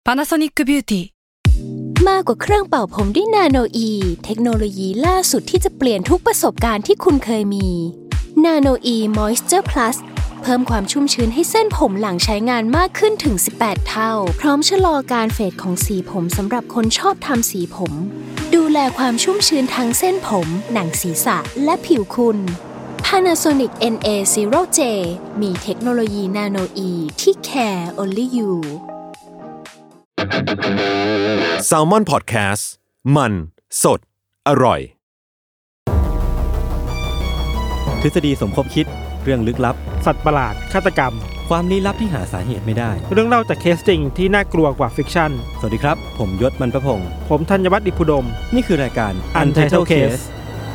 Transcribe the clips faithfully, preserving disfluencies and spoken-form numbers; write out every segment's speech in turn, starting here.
Panasonic Beauty มากกว่าเครื่องเป่าผมด้วยนาโนอีเทคโนโลยีล่าสุดที่จะเปลี่ยนทุกประสบการณ์ที่คุณเคยมีนาโนอีมอยส์เจอร์พลัสเพิ่มความชุ่มชื้นให้เส้นผมหลังใช้งานมากขึ้นถึงสิบแปดเท่าพร้อมชะลอการเฟดของสีผมสำหรับคนชอบทำสีผมดูแลความชุ่มชื้นทั้งเส้นผมหนังศีรษะและผิวคุณ Panasonic เอ็น เอ ศูนย์ เจ มีเทคโนโลยีนาโนอีที่ care only you Salmon Podcast มันสดอร่อยทฤษฎีสมคบคิดเรื่องลึกลับสัตว์ประหลาดฆาตกรรมความลี้ลับที่หาสาเหตุไม่ได้เรื่องเล่าจากเคสจริงที่น่ากลัวกว่าฟิกชั่นสวัสดีครับผมยศมันประพงษ์ผมธัญวัฒน์อิพุดมนี่คือรายการ Untitled Case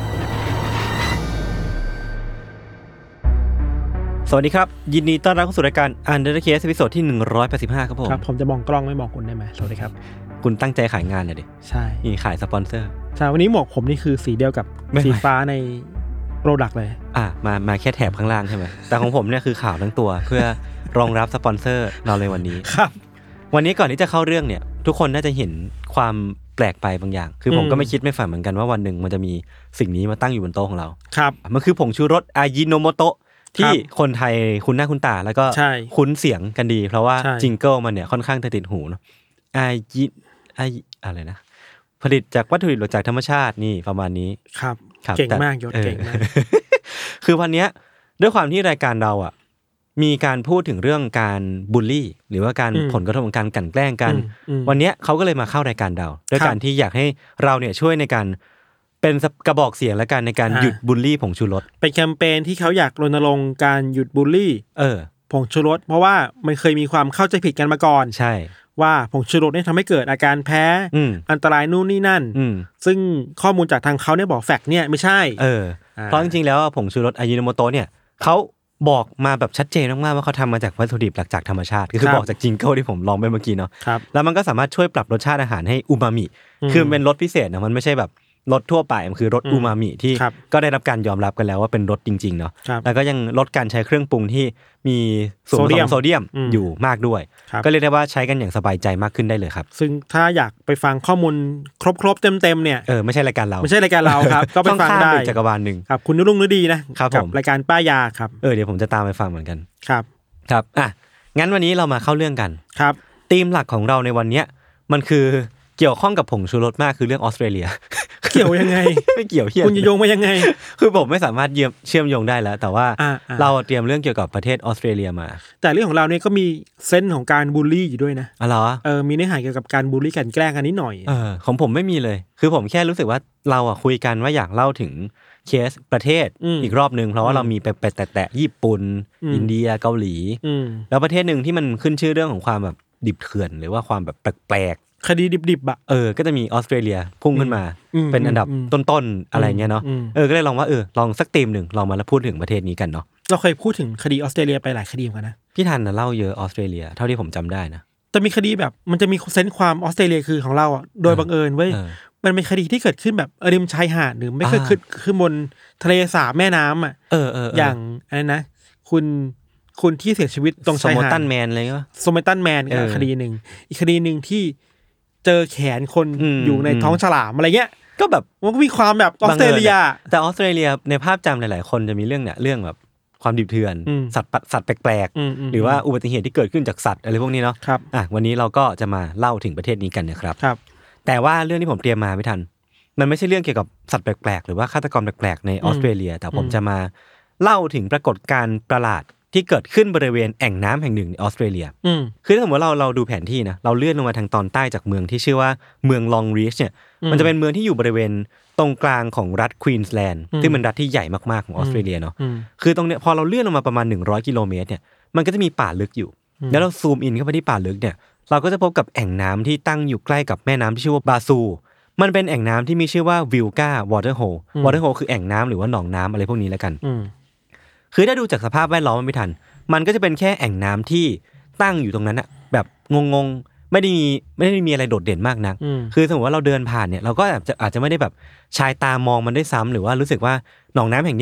สวัสดีครับยินดีต้อนรับเข้าสู่รายการ Untitled Case ตอนที่หนึ่งร้อยแปดสิบห้าครับผมครับผมจะมองกล้องไม่มองคุณได้ไหมสวัสดีครับคุณตั้งใจขายงานเลยดิใช่นี่ขายสปอนเซอร์ใช่วันนี้หมวกผมนี่คือสีเดียวกับสีฟ้าในโปรดักต์เลยอ่ะมามาแค่แถบข้างล่างใช่ไหมแต่ของผมเนี่ยคือขาวทั้งตัวเพื่อรองรับสปอนเซอร์เราในวันนี้ครับวันนี้ก่อนที่จะเข้าเรื่องเนี่ยทุกคนน่าจะเห็นความแปลกไปบางอย่างคือผมก็ไม่คิดไม่ฝันเหมือนกันว่าวันหนึ่งมันจะมีสิ่งนี้มาตั้งอยู่บนโต๊ะของเราครับมันคือผงชูรสอายิโนโมโตะที่คนไทยคุ้นหน้าคุ้นตาแล้วก็คุ้นเสียงกันดีเพราะว่าจิงเกิลมันเนี่ยค่อนข้างจะติดหูเนาะอายิอาอะไรนะผลิตจากวัตถุดิบจากธรรมชาตินี่ประมาณนี้ครับเก่งมากยศเก่งมากคือวันนี้ด้วยความที่รายการเราอ่ะมีการพูดถึงเรื่องการบูลลี่หรือว่าการผลกระทบของการกลั่นแกล้งกันวันนี้เขาก็เลยมาเข้ารายการเราด้วยการที่อยากให้เราเนี่ยช่วยในการเป็นกระบอกเสียงและกันในการหยุดบูลลี่ผงชูรสเป็นแคมเปญที่เขาอยากรณรงค์การหยุดบูลลี่เออผงชูรสเพราะว่ามันเคยมีความเข้าใจผิดกันมาก่อนใช่ว่าผงชูรสเนี่ยทำให้เกิดอาการแพ้อันตรายนู่นนี่นั่นซึ่งข้อมูลจากทางเขาเนี่ยบอกแฟกต์เนี่ยไม่ใช่เออเพราะจริงๆแล้วผงชูรสอายิโนโมโตะเนี่ยเขาบอกมาแบบชัดเจนมากๆว่าเขาทำมาจากวัตถุดิบหลักจากธรรมชาติคือบอกจากจิงเกิลที่ผมลองไปเมื่อกี้เนาะแล้วมันก็สามารถช่วยปรับรสชาติอาหารให้อูมามิคือเป็นรสพิเศษนะมันไม่ใช่แบบรสทั่วไปมันคือรสอูมามิที่ก็ได้รับการยอมรับกันแล้วว่าเป็นรสจริงๆเนาะแล้วก็ยังลดการใช้เครื่องปรุงที่มีสูงของโซเดียมอยู่มากด้วยก็เรียกได้ว่าใช้กันอย่างสบายใจมากขึ้นได้เลยครับซึ่งถ้าอยากไปฟังข้อมูลครบๆเต็มๆเนี่ยเออไม่ใช่รายการเราไม่ใช่รายการเราครับก็ไปฟังได้จักรวาลนึงครับคุณนุรุ่งฤดีนะครับกับรายการป้ายาครับเออเดี๋ยวผมจะตามไปฟังเหมือนกันครับครับอ่ะงั้นวันนี้เรามาเข้าเรื่องกันครับธีมหลักของเราในวันนี้มันคือเกี่ยวข้องกับผงชูรสมากคือเรื่องออสเตรเลียเกี่ยวยังไงไม่เกี่ยวเหี้ยคุณจะโยงมายังไงคือผมไม่สามารถเชื่อมเชื่อมโยงได้แล้วแต่ว่าเราเตรียมเรื่องเกี่ยวกับประเทศออสเตรเลียมาแต่เรื่องของเราเนี่ยก็มีเซนส์ของการบูลลี่อยู่ด้วยนะอ๋อเหรอเออมีเนื้อหาเกี่ยวกับการบูลลี่กันแกล้งกันนิดหน่อยเออของผมไม่มีเลยคือผมแค่รู้สึกว่าเราอ่ะคุยกันว่าอยากเล่าถึงเคสประเทศอีกรอบนึงเพราะว่าเรามีไปแตะๆญี่ปุ่นอินเดียเกาหลีแล้วประเทศนึงที่มันขึ้นชื่อเรื่องของความแบบดิบเถื่อนหรือว่าความแบบแปลกคดีดิบๆอ่ะเออก็จะมีออสเตรเลียพุ่งขึ้นมาเป็นอันดับต้นๆอะไรเงี้ยเนาะเออก็เลยลองว่าเออลองสักธีมหนึ่งลองมาแล้วพูดถึงประเทศนี้กันเนาะเราเคยพูดถึงคดีออสเตรเลียไปหลายคดีเหมือนกันนะพี่ทันน่ะเล่าเยอะออสเตรเลียเท่าที่ผมจำได้นะแต่มีคดีแบบมันจะมีเซนส์ความออสเตรเลียคือของเราอ่ะโดยบังเอิญเว้ยมันเป็นคดีที่เกิดขึ้นแบบริมชายหาดหรือไม่เคยขึ้นขึ้นบนทะเลสาบแม่น้ำอ่ะเออเอออย่างอะไรนะคุณคุณที่เสียชีวิตตรงชายหาดโซมตันแมนอะไรก็โซมตันแมนก็คดีหนึ่งอีกคดีหนึ่งที่เจอแขนคนอยู่ในท้องฉลามอะไรเงี้ยก็แบบมันก็มีความแบบออสเตรเลียแต่ออสเตรเลียในภาพจำหลายๆคนจะมีเรื่องเนี่ยเรื่องแบบความดิบเถื่อนสัตว์สัตว์แปลกๆหรือว่าอุบัติเหตุที่เกิดขึ้นจากสัตว์อะไรพวกนี้เนาะอ่ะวันนี้เราก็จะมาเล่าถึงประเทศนี้กันนะครับแต่ว่าเรื่องที่ผมเตรียมมาไม่ทันมันไม่ใช่เรื่องเกี่ยวกับสัตว์แปลกๆหรือว่าฆาตกรแปลกๆในออสเตรเลียแต่ผมจะมาเล่าถึงปรากฏการณ์ประหลาดที่เกิดขึ้นบริเวณแอ่งน้ำแห่งหนึ่งในออสเตรเลียคือถ้าสมมติเราเราดูแผนที่นะเราเลื่อนลงมาทางตอนใต้จากเมืองที่ชื่อว่าเมืองลองรีชเนี่ยมันจะเป็นเมืองที่อยู่บริเวณตรงกลางของรัฐควีนส์แลนด์ที่เป็นรัฐที่ใหญ่มากๆของออสเตรเลียเนาะคือตรงเนี้ยพอเราเลื่อนลงมาประมาณหนึ่งร้อยกิโลเมตรเนี่ยมันก็จะมีป่าลึกอยู่แล้วเราซูมอินเข้าไปที่ป่าลึกเนี่ยเราก็จะพบกับแอ่งน้ำที่ตั้งอยู่ใกล้กับแม่น้ำที่ชื่อว่าบาซูมันเป็นแอ่งน้ำที่มีชื่อว่าวิลกาวอเตอร์โฮวอเตอร์โฮคือแอ่งน้ำหรือว่าหนองน้ำอะไรพวกนี้แล้วกันคือถ้าดูจากสภาพแวดล้อมมันไม่ทันมันก็จะเป็นแค่แอ่งน้ำที่ตั้งอยู่ตรงนั้นอะแบบงงๆไม่ได้มีไม่ได้มีอะไรโดดเด่นมากนักคือสมมติว่าเราเดินผ่านเนี่ยเราก็อาจจะอาจจะไม่ได้แบบชายตามองมันได้ซ้ำหรือว่ารู้สึกว่าหนองน้ำแห่งเนี้ย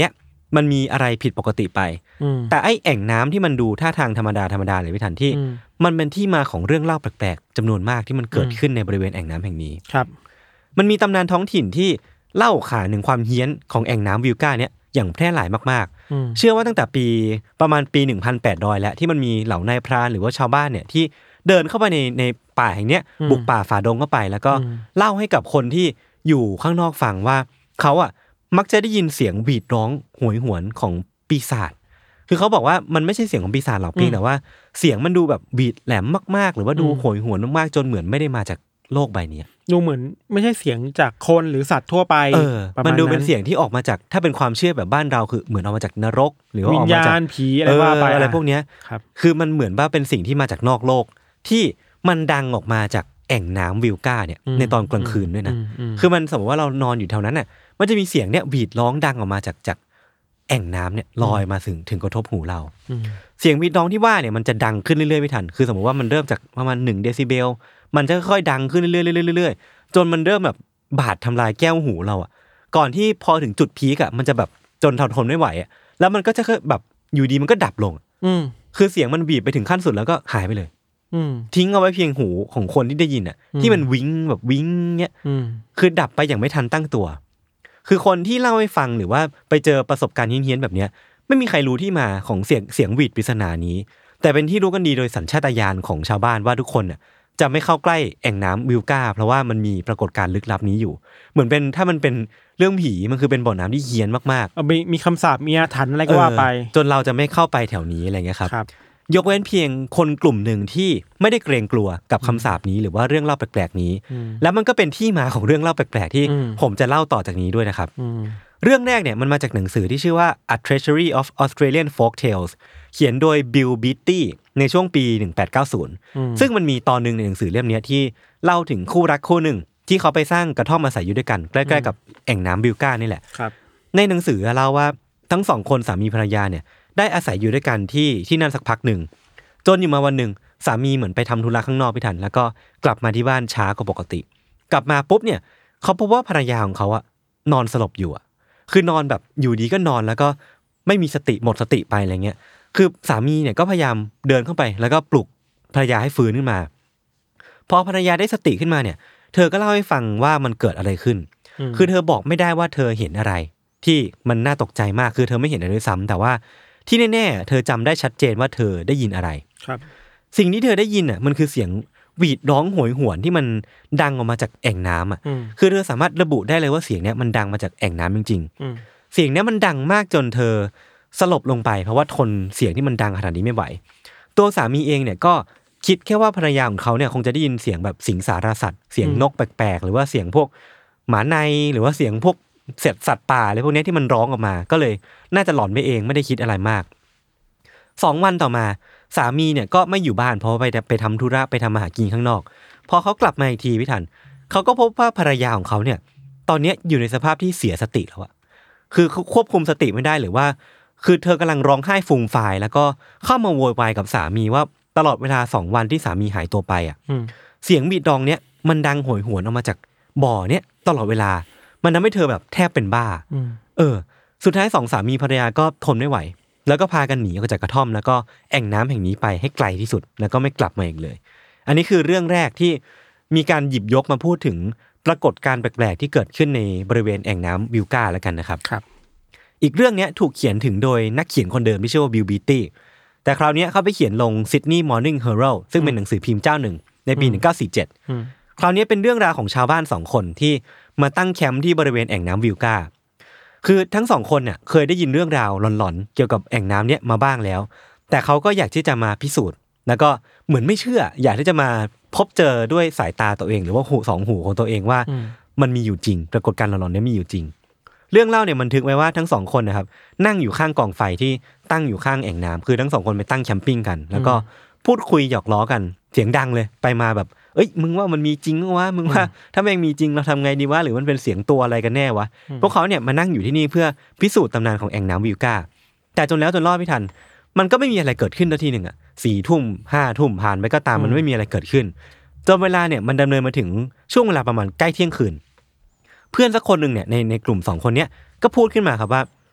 มันมีอะไรผิดปกติไปแต่ไอ้แอ่งน้ำที่มันดูท่าทางธรรมดาธรรมดาเลยพี่ทันที่มันเป็นที่มาของเรื่องเล่าแปลกๆจำนวนมากที่มันเกิดขึ้นในบริเวณแอ่งน้ำแห่งนี้ครับมันมีตำนานท้องถิ่นที่เล่าขานถึงความเฮี้ยนของแอ่งน้ำวิลกาเนี่ยอย่างแพร่หลายมากๆเชื่อว่าตั้งแต่ปีประมาณปีหนึ่งพันแปดร้อยแล้วที่มันมีเหล่านายพรานหรือว่าชาวบ้านเนี่ยที่เดินเข้าไปในในป่าแห่งเนี้ยบุกป่าฝ่าดงเข้าไปแล้วก็เล่าให้กับคนที่อยู่ข้างนอกฟังว่าเขาอ่ะมักจะได้ยินเสียงหวีดร้องโหยหวนของปีศาจคือเขาบอกว่ามันไม่ใช่เสียงของปีศาจหรอกเพียงแต่ว่าเสียงมันดูแบบบีดแหลมมากๆหรือว่าดูโหยหวนมากๆจนเหมือนไม่ได้มาจากโลกใบนี้ดูเหมือนไม่ใช่เสียงจากคนหรือสัตว์ทั่วไปเออมันดูเป็นเสียงที่ออกมาจากถ้าเป็นความเชื่อแบบบ้านเราคือเหมือนออกมาจากนรกหรือว่าออกมาจากผีอะไรว่าไปอะไรพวกนี้คือมันเหมือนว่าเป็นสิ่งที่มาจากนอกโลกที่มันดังออกมาจากแอ่งน้ำวิลกาเนี่ยในตอนกลางคืนด้วยนะคือมันสมมติว่าเรานอนอยู่แถวนั้นน่ะมันจะมีเสียงเนี่ยบีดร้องดังออกมาจากจากแอ่งน้ำเนี่ยลอยมาถึงถึงกระทบหูเราเสียงบีดร้องที่ว่าเนี่ยมันจะดังขึ้นเรื่อยๆไม่ทันคือสมมติว่ามันเริ่มจากประมาณหนึ่งเดซิเบลมันจะค่อยๆดังขึ้นเรื่อยๆเรื่อยๆจนมันเริ่มแบบบาดทำลายแก้วหูเราอ่ะก่อนที่พอถึงจุดพีคอ่ะมันจะแบบจนทนทนไม่ไหวอ่ะแล้วมันก็จะแบบอยู่ดีมันก็ดับลงคือเสียงมันบีบไปถึงขั้นสุดแล้วก็หายไปเลยทิ้งเอาไว้เพียงหูของคนที่ได้ยินอ่ะที่มันวิ้งแบบวิ้งเงี้ยคือดับไปอย่างไม่ทันตั้งตัวคือคนที่เล่าให้ฟังหรือว่าไปเจอประสบการณ์เฮี้ยนๆแบบเนี้ยไม่มีใครรู้ที่มาของเสียงเสียงหวีดปริศนานี้แต่เป็นที่รู้กันดีโดยสัญชาตญาณของชาวบ้านว่าทุกคนน่ะจะไม่เข้าใกล้แอ่งน้ำวิลกาเพราะว่ามันมีปรากฏการณ์ลึกลับนี้อยู่เหมือนเป็นถ้ามันเป็นเรื่องผีมันคือเป็นบ่อน้ำที่เฮี้ยนมากๆมีมีคำสาปมีอาถรรพ์อะไรก็ว่าไปจนเราจะไม่เข้าไปแถวนี้อะไรเงี้ยครับยกเว้นเพียงคนกลุ่มหนึ่งที่ไม่ได้เกรงกลัวกับคำสาปนี้หรือว่าเรื่องเล่าแปลกๆนี้แล้วมันก็เป็นที่มาของเรื่องเล่าแปลกๆที่ผมจะเล่าต่อจากนี้ด้วยนะครับเรื่องแรกเนี่ยมันมาจากหนังสือที่ชื่อว่า A Treasury of Australian Folk Tales เขียนโดย Bill Beattie ในช่วงปีหนึ่งพันแปดร้อยเก้าสิบซึ่งมันมีตอนนึงในหนังสือเล่มนี้ที่เล่าถึงคู่รักคู่หนึ่งที่เขาไปสร้างกระท่อมอาศัยอยู่ด้วยกันใกล้ๆกับแอ่งน้ำวิลกานี่แหละในหนังสือเล่าว่าทั้งสองคนสามีภรรยาเนี่ยได้อาศัยอยู่ด้วยกันที่ที่นั่นสักพักหนึ่งจนอยู่มาวันหนึ่งสามีเหมือนไปทำธุระข้างนอกพี่ทันแล้วก็กลับมาที่บ้านช้ากว่าปกติกลับมาปุ๊บเนี่ยเขาพบว่าภรรยาของเขาอะนอนสลบอยู่อะคือนอนแบบอยู่ดีก็นอนแล้วก็ไม่มีสติหมดสติไปอะไรเงี้ยคือสามีเนี่ยก็พยายามเดินเข้าไปแล้วก็ปลุกภรรยาให้ฟื้นขึ้นมาพอภรรยาได้สติขึ้นมาเนี่ยเธอก็เล่าให้ฟังว่ามันเกิดอะไรขึ้นคือเธอบอกไม่ได้ว่าเธอเห็นอะไรที่มันน่าตกใจมากคือเธอไม่เห็นอะไรด้วยซ้ำแต่ว่าที่แน่ๆเธอจำได้ชัดเจนว่าเธอได้ยินอะไรครับสิ่งที่เธอได้ยินอ่ะมันคือเสียงหวีดร้องโหยหวนที่มันดังออกมาจากแอ่งน้ำอ่ะคือเธอสามารถระบุได้เลยว่าเสียงเนี้ยมันดังมาจากแอ่งน้ำจริงๆเสียงเนี้ยมันดังมากจนเธอสลบลงไปเพราะว่าทนเสียงที่มันดังขนาดนี้ไม่ไหวตัวสามีเองเนี่ยก็คิดแค่ว่าภรรยาของเขาเนี่ยคงจะได้ยินเสียงแบบสิงสารสัตว์เสียงนกแปลกๆหรือว่าเสียงพวกหมาในหรือว่าเสียงพวกเศษสัตว์ป่าอะไรพวกนี้ที่มันร้องออกมาก็เลยน่าจะหลอนไปเองไม่ได้คิดอะไรมากสองวันต่อมาสามีเนี่ยก็ไม่อยู่บ้านเพราะไปไปทำธุระไปทำมาหากินข้างนอกพอเขากลับมาอีกทีพี่ทันเขาก็พบว่าภรรยาของเขาเนี่ยตอนนี้อยู่ในสภาพที่เสียสติแล้วอะคือควบคุมสติไม่ได้หรือว่าคือเธอกำลังร้องไห้ฟูมฟายแล้วก็เข้ามาโวยวายกับสามีว่าตลอดเวลาสองวันที่สามีหายตัวไปอะเสียงบีดดองเนี่ยมันดังโหยหวนออกมาจากบ่อเนี่ยตลอดเวลามันทำให้เธอแบบแทบเป็นบ้าเออสุดท้ายสองสามีภรรยาก็ทนไม่ไหวแล้วก็พากันหนีออกจากกระท่อมแล้วก็แอ่งน้ำแห่งนี้ไปให้ไกลที่สุดแล้วก็ไม่กลับมาอีกเลยอันนี้คือเรื่องแรกที่มีการหยิบยกมาพูดถึงปรากฏการณ์แปลกๆที่เกิดขึ้นในบริเวณแอ่งน้ำวิลกาแล้วกันนะครับครับอีกเรื่องนี้ถูกเขียนถึงโดยนักเขียนคนเดิมที่ชื่อว่าบิลบีตี้แต่คราวนี้เขาไปเขียนลง Sydney Morning Herald ซึ่งเป็นหนังสือพิมพ์เจ้าหนึ่งในปีหนึ่งพันเก้าร้อยสี่สิบเจ็ดคราวนี้เป็นเรื่องราวของชาวบ้านสองคนที่มาตั้งแคมป์ที่บริเวณแอ่งน้ำวิลกาคือทั้งสองคนเนี่ยเคยได้ยินเรื่องราวหลอนๆเกี่ยวกับแอ่งน้ำเนี่ยมาบ้างแล้วแต่เขาก็อยากที่จะมาพิสูจน์แล้วก็เหมือนไม่เชื่ออยากที่จะมาพบเจอด้วยสายตาตัวเองหรือว่าหูสองหูของตัวเองว่ามันมีอยู่จริงปรากฏการณ์หลอนๆเนี่ยมีอยู่จริงเรื่องเล่าเนี่ยบันทึกไว้ว่าทั้งสองคนนะครับนั่งอยู่ข้างกองไฟที่ตั้งอยู่ข้างแอ่งน้ำคือทั้งสองคนไปตั้งแคมปิ้งกันแล้วก็พูดคุยหยอกล้อกันเสียงดังเลยไปมาแบบเอ้ยมึงว่ามันมีจริงวะมึงว่าถ้าแม่งมีจริงเราทำไงดีวะหรือมันเป็นเสียงตัวอะไรกันแน่วะพวกเขาเนี่ยมานั่งอยู่ที่นี่เพื่อพิสูจน์ตำนานของแอ่งน้ำวิลกาแต่จนแล้วจนรอดไม่ทันมันก็ไม่มีอะไรเกิดขึ้นทันทีหนึ่งอ่ะสี่ทุ่มห้าทุ่มผ่านไปก็ตามมันไม่มีอะไรเกิดขึ้นจนเวลาเนี่ยมันดำเนินมาถึงช่วงเวลาประมาณใกล้เที่ยงคืนเพื่อนสักคนนึงเนี่ยในในกลุ่มสองคนเนี้ยก็พูดขึ้นมาครับว่า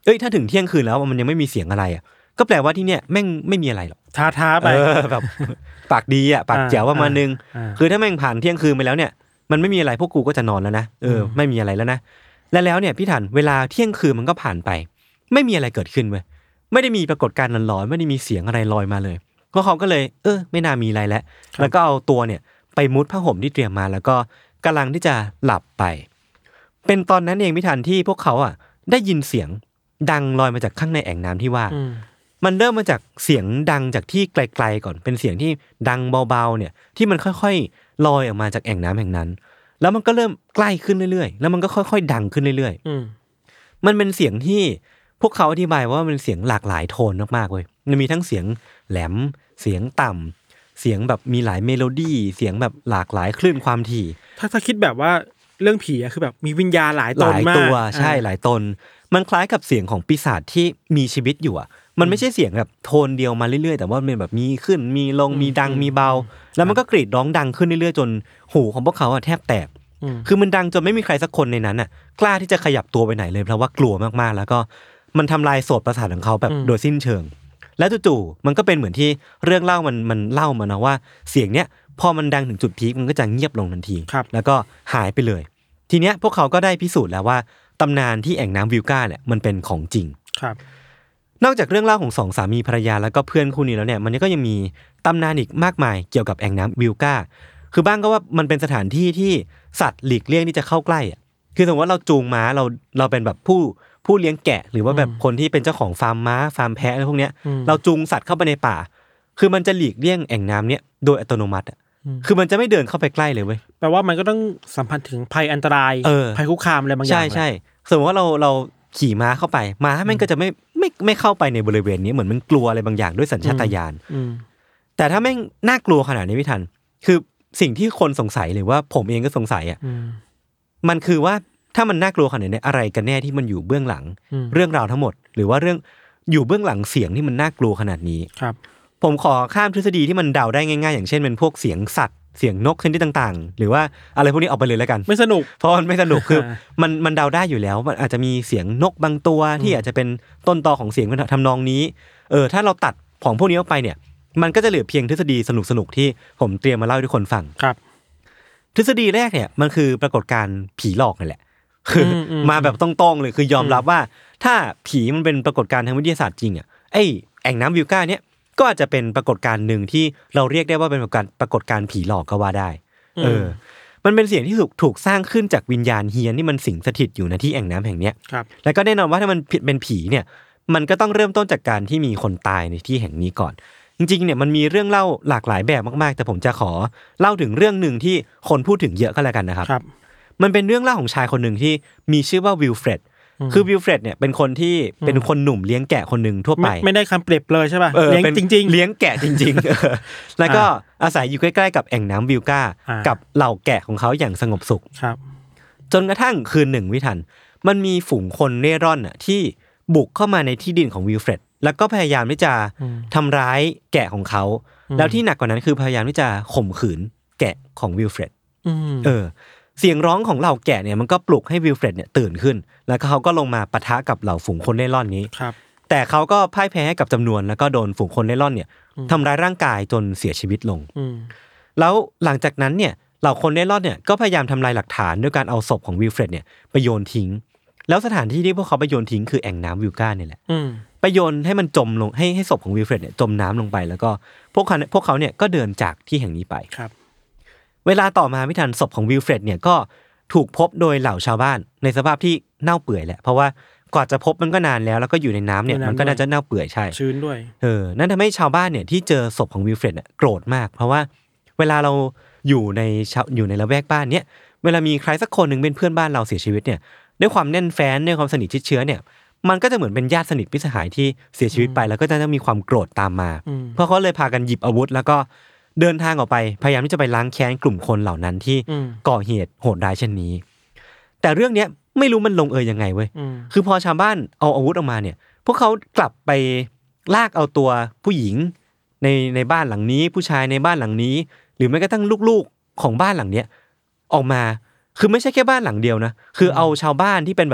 เอ้ยถ้าถึงเที่ยงคืนแล้วมันยังไม่มีเสียงอะไรอ่ะก็แปลว่าที่เนี่ยแม่งไม่มีอะไรหรอกท้าๆไปเออแบบปากดีอ่ะปากแจ๋วประมาณนึงคือถ้าแม่งผ่านเที่ยงคืนไปแล้วเนี่ยมันไม่มีอะไรพวกกูก็จะนอนแล้วนะเออไม่มีอะไรแล้วนะและแล้วเนี่ยพี่ถันเวลาเที่ยงคืนมันก็ผ่านไปไม่มีอะไรเกิดขึ้นเว้ยไม่ได้มีปรากฏการณ์หลอนๆไม่ได้มีเสียงอะไรลอยมาเลยก็เขาก็เลยเออไม่น่ามีอะไรแล้วแล้วก็เอาตัวเนี่ยไปมุดผ้าห่มที่เตรียมมาแล้วก็กำลังที่จะหลับไปเป็นตอนนั้นเองพี่ถันที่พวกเขาอ่ะได้ยินเสียงดังลอยมาจากข้างในแอ่งน้ำที่ว่ามันเริ่มมาจากเสียงดังจากที่ไกลๆก่อนเป็นเสียงที่ดังเบาๆเนี่ยที่มันค่อยๆลอยออกมาจากแอ่งน้ำแห่งนั้นแล้วมันก็เริ่มใกล้ขึ้นเรื่อยๆแล้วมันก็ค่อยๆดังขึ้นเรื่อยๆมันเป็นเสียงที่พวกเขาอธิบายว่ามันเสียงหลากหลายโทนมากๆเว้ยมันมีทั้งเสียงแหลมเสียงต่ำเสียงแบบมีหลายเมโลดี้เสียงแบบหลากหลายคลื่นความถี่ถ้าถ้าคิดแบบว่าเรื่องผีอะคือแบบมีวิญญาณหลายตนมากหลายตัวใช่หลายตนมันคล้ายกับเสียงของปีศาจที่มีชีวิตอยู่อ่ะมันไม่ใช่เสียงแบบโทนเดียวมาเรื่อยๆแต่ว่ามันแบบมีขึ้นมีลงมีดังมีเบาแล้วมันก็กรีดร้องดังขึ้นเรื่อยๆจนหูของพวกเขาอ่ะแทบแตกคือมันดังจนไม่มีใครสักคนในนั้นอ่ะกล้าที่จะขยับตัวไปไหนเลยเพราะว่ากลัวมากๆแล้วก็มันทำลายโสตประสาทของเขาแบบโดยสิ้นเชิงแล้วจู่ๆมันก็เป็นเหมือนที่เรื่องเล่ามันมันเล่ามานะว่าเสียงเนี้ยพอมันดังถึงจุดพีคมันก็จะเงียบลงทันทีแล้วก็หายไปเลยทีเนี้ยพวกเขาก็ได้พิสูจน์แล้วว่าตำนานที่แอ่งน้ำวิลกาเนี่ยมันเป็นของจริงครับนอกจากเรื่องเล่าของสองสามีภรรยาแล้วก็เพื่อนคู่นี้แล้วเนี่ยมันก็ยังมีตำนานอีกมากมายเกี่ยวกับแอ่งน้ำวิลกาคือบ้างก็ว่ามันเป็นสถานที่ที่สัตว์หลีกเลี่ยงที่จะเข้าใกล้อ่ะคือสมมติว่าเราจูงม้าเราเราเป็นแบบผู้ผู้เลี้ยงแกะหรือว่าแบบคนที่เป็นเจ้าของฟาร์มม้าฟาร์มแพะอะไรพวกเนี้ยเราจูงสัตว์เข้าไปในป่าคือมันจะหลีกเลี่ยงแอ่งน้ำเนี้ยโดยอัตโนมัติอ่ะคือมันจะไม่เดินเข้าไปใกล้เลยเว้ยแปลว่ามันก็ต้องสัมพันธ์ถึงภัยอันตรายภัยคุกคามอะไรบางอย่างใช่ใช่สมมติว่าเราเราขี่ม้าเข้าไปม้ามันก็จะไม่ไม่ไม่เข้าไปในบริเวณนี้เหมือนมันกลัวอะไรบางอย่างด้วยสัญชาตญาณแต่ถ้าแม่งน่ากลัวขนาดนี้พี่ทันคือสิ่งที่คนสงสัยหรือว่าผมเองก็สงสัยอ่ะมันคือว่าถ้ามันน่ากลัวขนาดนี้อะไรกันแน่ที่มันอยู่เบื้องหลังเรื่องราวทั้งหมดหรือว่าเรื่องอยู่เบื้องหลังเสียงที่มันน่ากลัวขนาดนี้ครับผมขอข้ามทฤษฎีที่มันเดาได้ง่ายๆอย่างเช่นเป็นพวกเสียงสัตว์เสียงนกชนิดต่างๆหรือว่าอะไรพวกนี้ออกไปเลยแล้วกันไม่สนุกเพราะมันไม่สนุกคือมันมันเดาได้อยู่แล้วมันอาจจะมีเสียงนกบางตัวที่อาจจะเป็นต้นตอของเสียงทำนองนี้เออถ้าเราตัดของพวกนี้ออกไปเนี่ยมันก็จะเหลือเพียงทฤษฎีสนุกๆที่ผมเตรียมมาเล่าให้ทุกคนฟังครับทฤษฎีแรกเนี่ยมันคือปรากฏการณ์ผีหลอกนั่นแหละคือมาแบบตรงๆเลยคือยอมรับว่าถ้าผีมันเป็นปรากฏการณ์ทางวิทยาศาสตร์จริงอ่ะไอ้แอ่งน้ำวิลกาเนี่ยก็อาจจะเป็นปรากฏการณ์หนึ่งที่เราเรียกได้ว่าเป็นปรากฏปรากฏการณ์ผีหลอกก็ว่าได้เออมันเป็นเสียงที่ถูกถูกสร้างขึ้นจากวิญญาณเฮียนที่มันสิงสถิตอยู่ในที่แอ่งน้ำแห่งเนี้ยแล้วก็แน่นอนว่าถ้ามันเป็นผีเนี่ยมันก็ต้องเริ่มต้นจากการที่มีคนตายในที่แห่งนี้ก่อนจริงๆเนี่ยมันมีเรื่องเล่าหลากหลายแบบมากๆแต่ผมจะขอเล่าถึงเรื่องนึงที่คนพูดถึงเยอะก็แล้วกันนะครับมันเป็นเรื่องเล่าของชายคนนึงที่มีชื่อว่าวิลเฟรดคือวิลเฟรดเนี่ยเป็นคนที่เป็นคนหนุ่มเลี้ยงแกะคนนึงทั่วไปไม่ได้คำเปรียบเลยใช่ป่ะเลี้ยงจริงๆเลี้ยงแกะจริงๆแล้วก็อาศัยอยู่ใกล้ๆกับแอ่งน้ำวิลกากับเหล่าแกะของเขาอย่างสงบสุขจนกระทั่งคืนหนึ่งวิทันมันมีฝูงคนเร่ร่อนอ่ะที่บุกเข้ามาในที่ดินของวิลเฟรดแล้วก็พยายามที่จะทำร้ายแกะของเขาแล้วที่หนักกว่านั้นคือพยายามที่จะข่มขืนแกะของวิลเฟรดเออเสียงร้องของเหล่าแกะเนี่ยมันก็ปลุกให้วิลเฟรดเนี่ยตื่นขึ้นแล้วเขาก็ลงมาปะทะกับเหล่าฝูงคนเร่ร่อนนี้แต่เขาก็พ่ายแพ้ให้กับจำนวนแล้วก็โดนฝูงคนเร่ร่อนเนี่ยทำร้ายร่างกายจนเสียชีวิตลงแล้วหลังจากนั้นเนี่ยเหล่าคนเร่ร่อนเนี่ยก็พยายามทำลายหลักฐานด้วยการเอาศพของวิลเฟรดเนี่ยไปโยนทิ้งแล้วสถานที่ที่พวกเขาไปโยนทิ้งคือแอ่งน้ำวิลกาเนี่ยแหละไปโยนให้มันจมลงให้ให้ศพของวิลเฟรดเนี่ยจมน้ำลงไปแล้วก็พวกเขาพวกเขาเนี่ยก็เดินจากที่แห่งนี้ไปเวลาต่อมาไม่ทันศพของวิลเฟรดเนี่ยก็ถูกพบโดยเหล่าชาวบ้านในสภาพที่เน่าเปื่อยแหละเพราะว่ากว่าจะพบมันก็นานแล้วแล้วก็อยู่ในน้ำเนี่ยมันก็น่าจะเน่าเปื่อยใช่ชื้นด้วยเออนั่นทำให้ชาวบ้านเนี่ยที่เจอศพของวิลเฟรดเนี่ยโกรธมากเพราะว่าเวลาเราอยู่ในอยู่ในละแวกบ้านเนี่ยเวลามีใครสักคนนึงเป็นเพื่อนบ้านเราเสียชีวิตเนี่ยด้วยความแน่นแฟ้นด้วยความสนิทชิดเชื้อเนี่ยมันก็จะเหมือนเป็นญาติสนิทมิตรสหายที่เสียชีวิตไปแล้วก็จะต้องมีความโกรธตามมาเพราะเขาเลยพากันหยิบอาวุธแล้วก็เดินทางออกไปพยายามที่จะไปล้างแค้นกลุ่มคนเหล่านั้นที่ก่อเหตุโหดร้ายเช่นนี้แต่เรื่องเนี้ยไม่รู้มันลงเอยยังไงเว้ยคือพอชาวบ้านเอาอาวุธออกมาเนี่ยพวกเขากลับไปลากเอาตัวผู้หญิงในในบ้านหลังนี้ผู้ชายในบ้านหลังนี้หรือแม้กระทั่งลูกๆของบ้านหลังเนี้ยออกมาคือไม่ใช่แค่บ้านหลังเดียวนะคือเอาชาวบ้านที่เป็นแบบ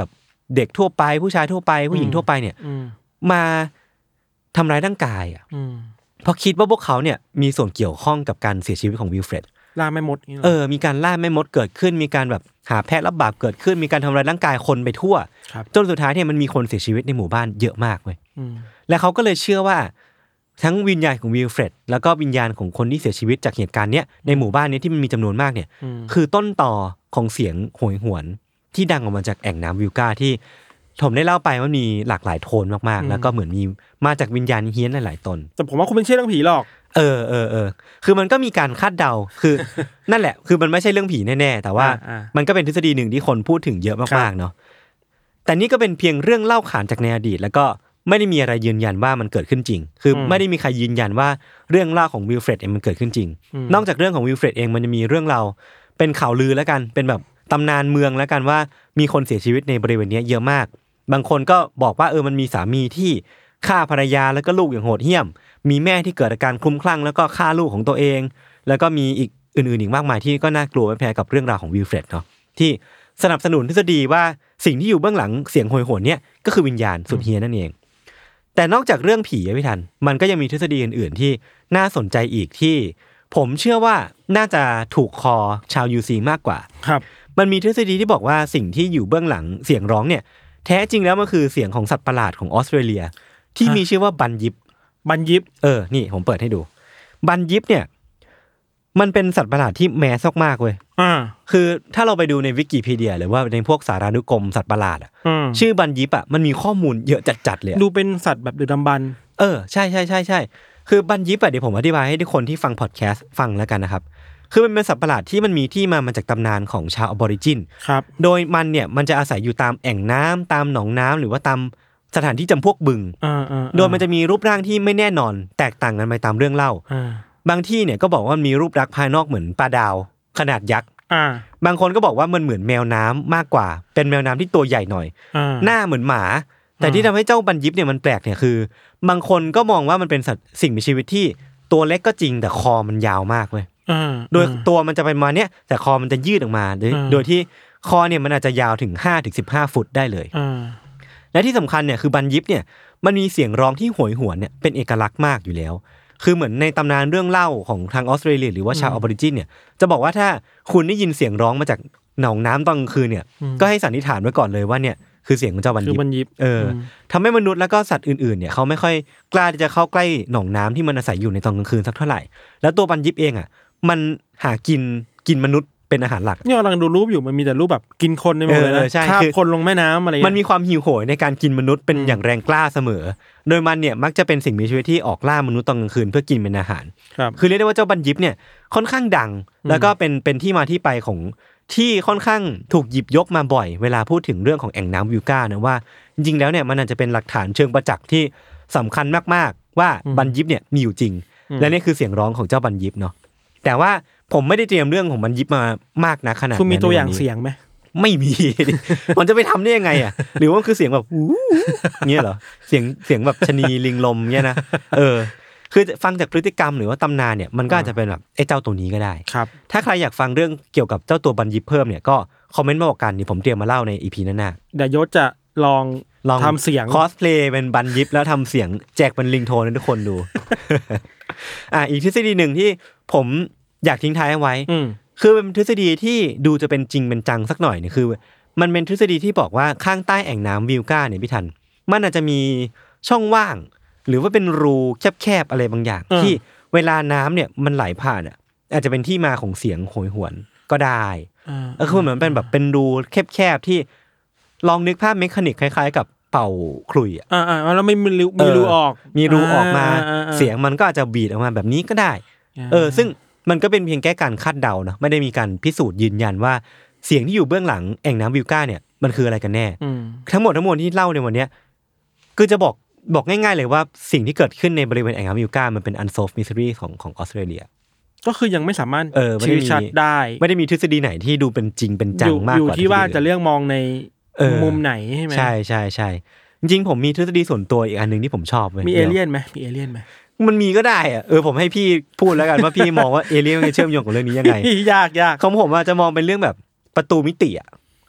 เด็กทั่วไปผู้ชายทั่วไปผู้หญิงทั่วไปเนี่ยมาทำร้ายร่างกายอ่ะเพราะคิดว่าพวกเขาเนี่ยมีส่วนเกี่ยวข้องกับการเสียชีวิตของวิลเฟรดล่าแม่มดเออมีการล่าแม่มดเกิดขึ้นมีการแบบหาแพะรับบาปเกิดขึ้นมีการทำร้ายร่างกายคนไปทั่วจนสุดท้ายเนี่ยมันมีคนเสียชีวิตในหมู่บ้านเยอะมากเว้ยและเขาก็เลยเชื่อว่าทั้งวิญญาณของวิลเฟรดแล้วก็วิญญาณของคนที่เสียชีวิตจากเหตุการณ์เนี้ยในหมู่บ้านนี้ที่มันมีจำนวนมากเนี่ยคือต้นต่อของเสียงโหยหวนที่ดังออกมาจากแอ่งน้ำวิลกาที่ผมได้เล่าไปว่ามีหลากหลายโทนมากๆแล้วก็เหมือนมีมาจากวิญญาณเฮี้ยนหลายๆตนแต่ผมว่าคุณไม่เชื่อเรื่องผีหรอกเออเออเออคือมันก็มีการคาดเดาคือ นั่นแหละคือมันไม่ใช่เรื่องผีแน่ๆแต่ว่ามันก็เป็นทฤษฎีหนึ่งที่คนพูดถึงเยอะมากๆเนาะแต่นี่ก็เป็นเพียงเรื่องเล่าขานจากในอดีตแล้วก็ไม่ได้มีอะไรยืนยันว่ามันเกิดขึ้นจริงคือไม่ได้มีใครยืนยันว่าเรื่องเล่าของวิลเฟรดเองมันเกิดขึ้นจริงนอกจากเรื่องของวิลเฟรดเองมันจะมีเรื่องเราเป็นข่าวลือแล้วกันเป็นแบบตำนานเมืองแล้วกันว่ามีคนเสียชีวิตในบริเวณนี้เยอะมากบางคนก็บอกว่าเออมันมีสามีที่ฆ่าภรรยาแล้วก็ลูกอย่างโหดเหี้ยมมีแม่ที่เกิดอาการคลุ้มคลั่งแล้วก็ฆ่าลูกของตัวเองแล้วก็มีอีกอื่นๆอีกมากมายที่ก็น่ากลัวไม่แพ้กับเรื่องราวของวิลเฟรดเนาะที่สนับสนุนทฤษฎีว่าสิ่งที่อยู่เบื้องหลังเสียงโหยหวนเนี่ยก็คือวิญญาณสุดเฮี้ยนนั่นเองแต่นอกจากเรื่องผีอ่ะพี่ทันมันก็ยังมีทฤษฎีอื่นๆที่น่าสนใจอีกที่ผมเชื่อว่าน่าจะถูกคอชาว ยู ซี มากกว่าครับมันมีทฤษฎีที่บอกว่าสิ่งที่อยู่เบื้องหลังเสียงร้องเนี่ยแท้จริงแล้วมันคือเสียงของสัตว์ประหลาดของออสเตรเลียที่มีชื่อว่าบันยิปบันยิปเออนี่ผมเปิดให้ดูบันยิปเนี่ยมันเป็นสัตว์ประหลาดที่แมสมากๆเว้ยอ่าคือถ้าเราไปดูในวิกิพีเดียหรือว่าในพวกสารานุกรมสัตว์ประหลาดอ่ะชื่อบันยิปอ่ะมันมีข้อมูลเยอะจัดๆเลยดูเป็นสัตว์แบบดึกดำบรรพ์เออใช่ๆๆๆคือบันยิปอ่ะเดี๋ยวผมอธิบายให้ทุกคนที่ฟังพอดแคสต์ฟังแล้วกันนะครับคือมันเป็นสัตว์ประหลาดที่มันมีที่มามาจากตำนานของชาวออบอริจินครับโดยมันเนี่ยมันจะอาศัยอยู่ตามแอ่งน้ำตามหนองน้ำหรือว่าตามสถานที่จำพวกบึงโดยมันจะมีรูปร่างที่ไม่แน่นอนแตกต่างกันไปตามเรื่องเล่าบางที่เนี่ยก็บอกว่ามีรูปลักษณ์ภายนอกเหมือนปลาดาวขนาดยักษ์บางคนก็บอกว่ามันเหมือนแมวน้ำมากกว่าเป็นแมวน้ำที่ตัวใหญ่หน่อยหน้าเหมือนหมาแต่ที่ทำให้เจ้าบันยิปเนี่ยมันแปลกเนี่ยคือบางคนก็มองว่ามันเป็นสัตว์สิ่งมีชีวิตที่ตัวเล็กก็จริงแต่คอมันยาวมากเลยโดยตัวมันจะเป็นมาเนี้ยแต่คอมันจะยืดออกมาโดยโดยที่คอเนี่ยมันอาจจะยาวถึง ห้าถึงสิบห้า ฟุตได้เลยและที่สำคัญเนี่ยคือบันยิปเนี่ยมันมีเสียงร้องที่โหยหวนเนี่ยเป็นเอกลักษณ์มากอยู่แล้วคือเหมือนในตำนานเรื่องเล่าของทางออสเตรเลียหรือว่าชาวออบอริจินเนี่ยจะบอกว่าถ้าคุณได้ยินเสียงร้องมาจากหนองน้ำตอนกลางคืนเนี่ยก็ให้สันนิษฐานไว้ก่อนเลยว่าเนี่ยคือเสียงของเจ้าบันยิปเออทำให้มนุษย์แล้วก็สัตว์อื่นๆเนี่ยเขาไม่ค่อยกล้าที่จะเข้าใกล้หนองน้ำที่มันอาศัยอยู่ในตอนกลางคืนสักเท่าไหร่แล้วตัวบันยิปเองอ่ะมันหากินกินมนุษย์เป็นอาหารหลักเนี่ยกำลังดูรูปอยู่มันมีแต่รูปแบบกินคนในหมดเลยนะฆ่าคนลงแม่น้ำอะไรมันมีความหิวโหยในการกินมนุษย์เป็นอย่างแรงกล้าเสมอโดยมันเนี่ยมักจะเป็นสิ่งมีชีวิตที่ออกล่ามนุษย์ตอนกลางคืนเพื่อกินเป็นอาหารคือเรียกได้ว่าเจ้าบันยิปเนี่ยค่อนข้างดังแล้วก็เป็นเป็นที่มาที่ไปของที่ค่อนข้างถูกหยิบยกมาบ่อยเวลาพูดถึงเรื่องของแอ่งน้ำวิลกานะว่าจริงๆแล้วเนี่ยมันอาจจะเป็นหลักฐานเชิงประจักษ์ที่สำคัญมากๆว่าบันยิปเนี่ยมีอยู่จริงและนี่คือเสียงร้องของเจ้าบันยิปเนาะแต่ว่าผมไม่ได้เตรียมเรื่องของบันยิปมามากนะขนาดนั้นคุณมีตัวอย่างเสียงไหมไม่มี มันจะไปทำได้ยังไงอ่ะหรือว่าคือเสียงแบบอู้เงี้ยเหรอเสียงเสียงแบบชนีลิงลมเงี้ยนะเออคือฟังจากพฤติกรรมหรือว่าตำนานเนี่ยมันก็อาจจะเป็นแบบไอ้เจ้าตัวนี้ก็ได้ครับถ้าใครอยากฟังเรื่องเกี่ยวกับเจ้าตัวบันยิปเพิ่มเนี่ยก็คอมเมนต์มาบอกกันนี่ผมเตรียมมาเล่าใน อี พี หน้าๆเดี๋ยวยศจะลองลองทำเสียงคอสเพลย์เป็นบันยิปแล้วทำเสียงแจกเป็นลิงโทนให้ทุกคนดู อ่ะอีกทฤษฎีหนึ่งที่ผมอยากทิ้งท้ายเอาไว้คือเป็นทฤษฎีที่ดูจะเป็นจริงเป็นจังสักหน่อยเนี่ยคือมันเป็นทฤษฎีที่บอกว่าข้างใต้แอ่งน้ำวิลกาเนี่ยพี่ทันมันอาจจะมีช่องว่างหรือว่าเป็นรูแคบๆอะไรบางอย่างที่เวลาน้ำเนี่ยมันไหลผ่านอ่ะอาจจะเป็นที่มาของเสียงโหยหวนก็ได้ก็คือเหมือนเป็นแบบเป็นรูแคบๆที่ลองนึกภาพเมคานิกคล้ายๆกับเป่าขลุ่ยอ่ะอ่าๆแล้วไม่มีรูมีรูออกมีรูออกมาเสียงมันก็อาจจะบีดออกมาแบบนี้ก็ได้เออซึ่งมันก็เป็นเพียงแค่การคาดเดาเนาะไม่ได้มีการพิสูจน์ยืนยันว่าเสียงที่อยู่เบื้องหลังแอ่งน้ำวิลกาเนี่ยมันคืออะไรกันแน่ทั้งหมดทั้งมวลที่เล่าในวันนี้คือจะบอกบอกง่ายๆเลยว่าสิ่งที่เกิดขึ้นในบริเวณแอ่งน้ำวิลกามันเป็น unsolved mystery ของของออสเตรเลียก็คือยังไม่สามารถชี้ชัดได้ไม่ได้มีทฤษฎีไหนที่ดูเป็นจริงเป็นจังมากกว่าอยู่ที่ว่าจะเลือกมองในมุมไหนใช่ไหมใช่ใช่ใช่จริงๆผมมีทฤษฎีส่วนตัวอีกอันนึงที่ผมชอบเว้ยมีเอเลี่ยนไหมมีเอเลี่ยนไหมมันมีก็ได้อะเออผมให้พี่พูดแล้วกันว่าพี่มองว่าเอเลี่ยนมันเชื่อมโยงกับเรื่องนี้ยังไงยากยากของผมอาจจะมองเป็นเรื่องแบบประตูมิติอ่ะ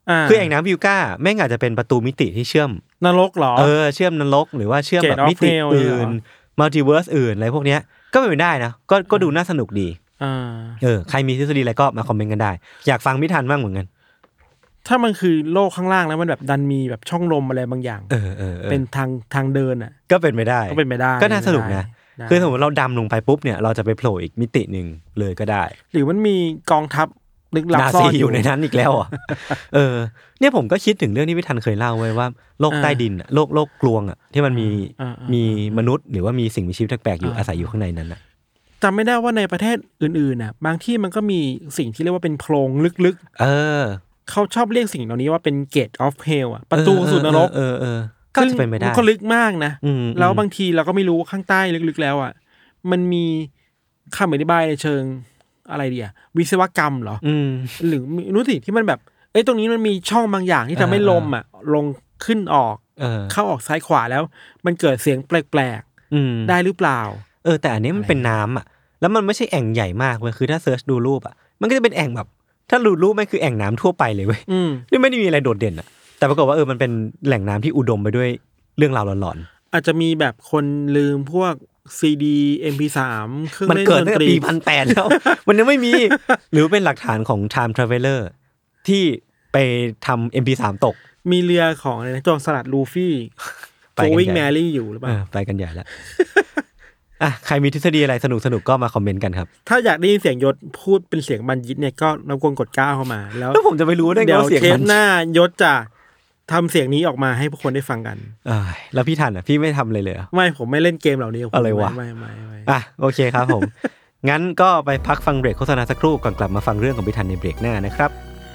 คือแอ่งน้ำวิลก้าแม่งอาจจะเป็นประตูมิติที่เชื่อมนรกหรอเออเชื่อมนรกหรือว่าเชื่อมแบบมิติอื่นมัลติเวิร์สอื่นอะไรพวกเนี้ยก็เป็นไปได้นะก็ก็ดูน่าสนุกดีอ่าเออใครมีทฤษฎีอะไรก็มาคอมเมนต์กันได้อยากฟังพี่ทันบ้างเหมือนกันถ้ามันคือโลกข้างล่างแล้วมันแบบดันมีแบบช่องลมอะไรบางอย่างเออเออเป็นทางทางเดินอ่ะก็เป็นไปได้ก็เป็นไปได้ก็น่าสนุกนะคือสมมติเราดำลงไปปุ๊บเนี่ยเราจะไปโผล่อีกมิตินึงเลยก็ได้หรือมันมีกองทัพลึกลับซ่อนอยู่ในนั้นอีกแล้วอ่ะเออเนี่ยผมก็คิดถึงเรื่องที่พี่ทันเคยเล่าไว้ว่าโลกใต้ดินอ่ะโลกโลกกลวงอ่ะที่มันมีมีมนุษย์หรือว่ามีสิ่งมีชีวิตแปลกๆอยู่อาศัยอยู่ข้างในนั้นน่ะจำไม่ได้ว่าในประเทศอื่นๆน่ะบางที่มันก็มีสิ่งที่เรียกว่าเป็นโพรงลึกๆเออเขาชอบเรียกสิ่งเหล่านี้ว่าเป็น Gate of Hell อ่ะประตูสู่นรกเออเออก็จะเป็นไปได้มันก็ลึกมากนะแล้วบางทีเราก็ไม่รู้ข้างใต้ลึกๆแล้วอ่ะมันมีคำอธิบายในเชิงอะไรดีอะวิศวกรรมเหรอหรือรู้สิที่มันแบบเอ้ยตรงนี้มันมีช่องบางอย่างที่ทำให้ลมอ่ะลงขึ้นออกเข้าออกซ้ายขวาแล้วมันเกิดเสียงแปลกๆได้หรือเปล่าเออแต่อันนี้มันเป็นน้ำอ่ะแล้วมันไม่ใช่แอ่งใหญ่มากเว้ยคือถ้าเซิร์ชดูรูปอ่ะมันก็จะเป็นแอ่งแบบถ้าดูรูปไม่คือแอ่งน้ำทั่วไปเลยเว้ยนี่ไม่ได้มีอะไรโดดเด่นอ่ะแต่ปรากฏว่าเออมันเป็นแหล่งน้ำที่อุดมไปด้วยเรื่องราวหลอนๆอาจจะมีแบบคนลืมพวกซี ดี เอ็ม พี สาม เครื่องเล่นดนตรีมันเกิดตั้งแต่ปีหนึ่งพันแปดร้อยแล้วมันยังไม่มีหรือเป็นหลักฐานของ Time Traveler ที่ไปทำ เอ็ม พี สาม ตกมีเรือของอะไรนะโจรสลัดลูฟี่โกวิ่งแมรี่อยู่หรือเปล่าไปกันใหญ่แล้วอ่ะใครมีทฤษฎีอะไรสนุกๆก็มาคอมเมนต์กันครับถ้าอยากได้ยินเสียงยศพูดเป็นเสียงบรรยิตเนี่ยก็รบกวนกดเก้าเข้ามาแล้วผมจะไปรู้ได้ไงว่าเสียงมันเดี๋ยวเทปหน้ายศจะทำเสียงนี้ออกมาให้พวกคนได้ฟังกันอ่าแล้วพี่ทันอ่ะพี่ไม่ทำเลยเลยไม่ผมไม่เล่นเกมเหล่านี้อะไรวะไม่ไม่ไม่อ่ะโอเคครับผม งั้นก็ไปพักฟังเบรกโฆษณาสักครู่ก่อนกลับมาฟังเรื่องของพี่ทันในเบรกหน้านะครับ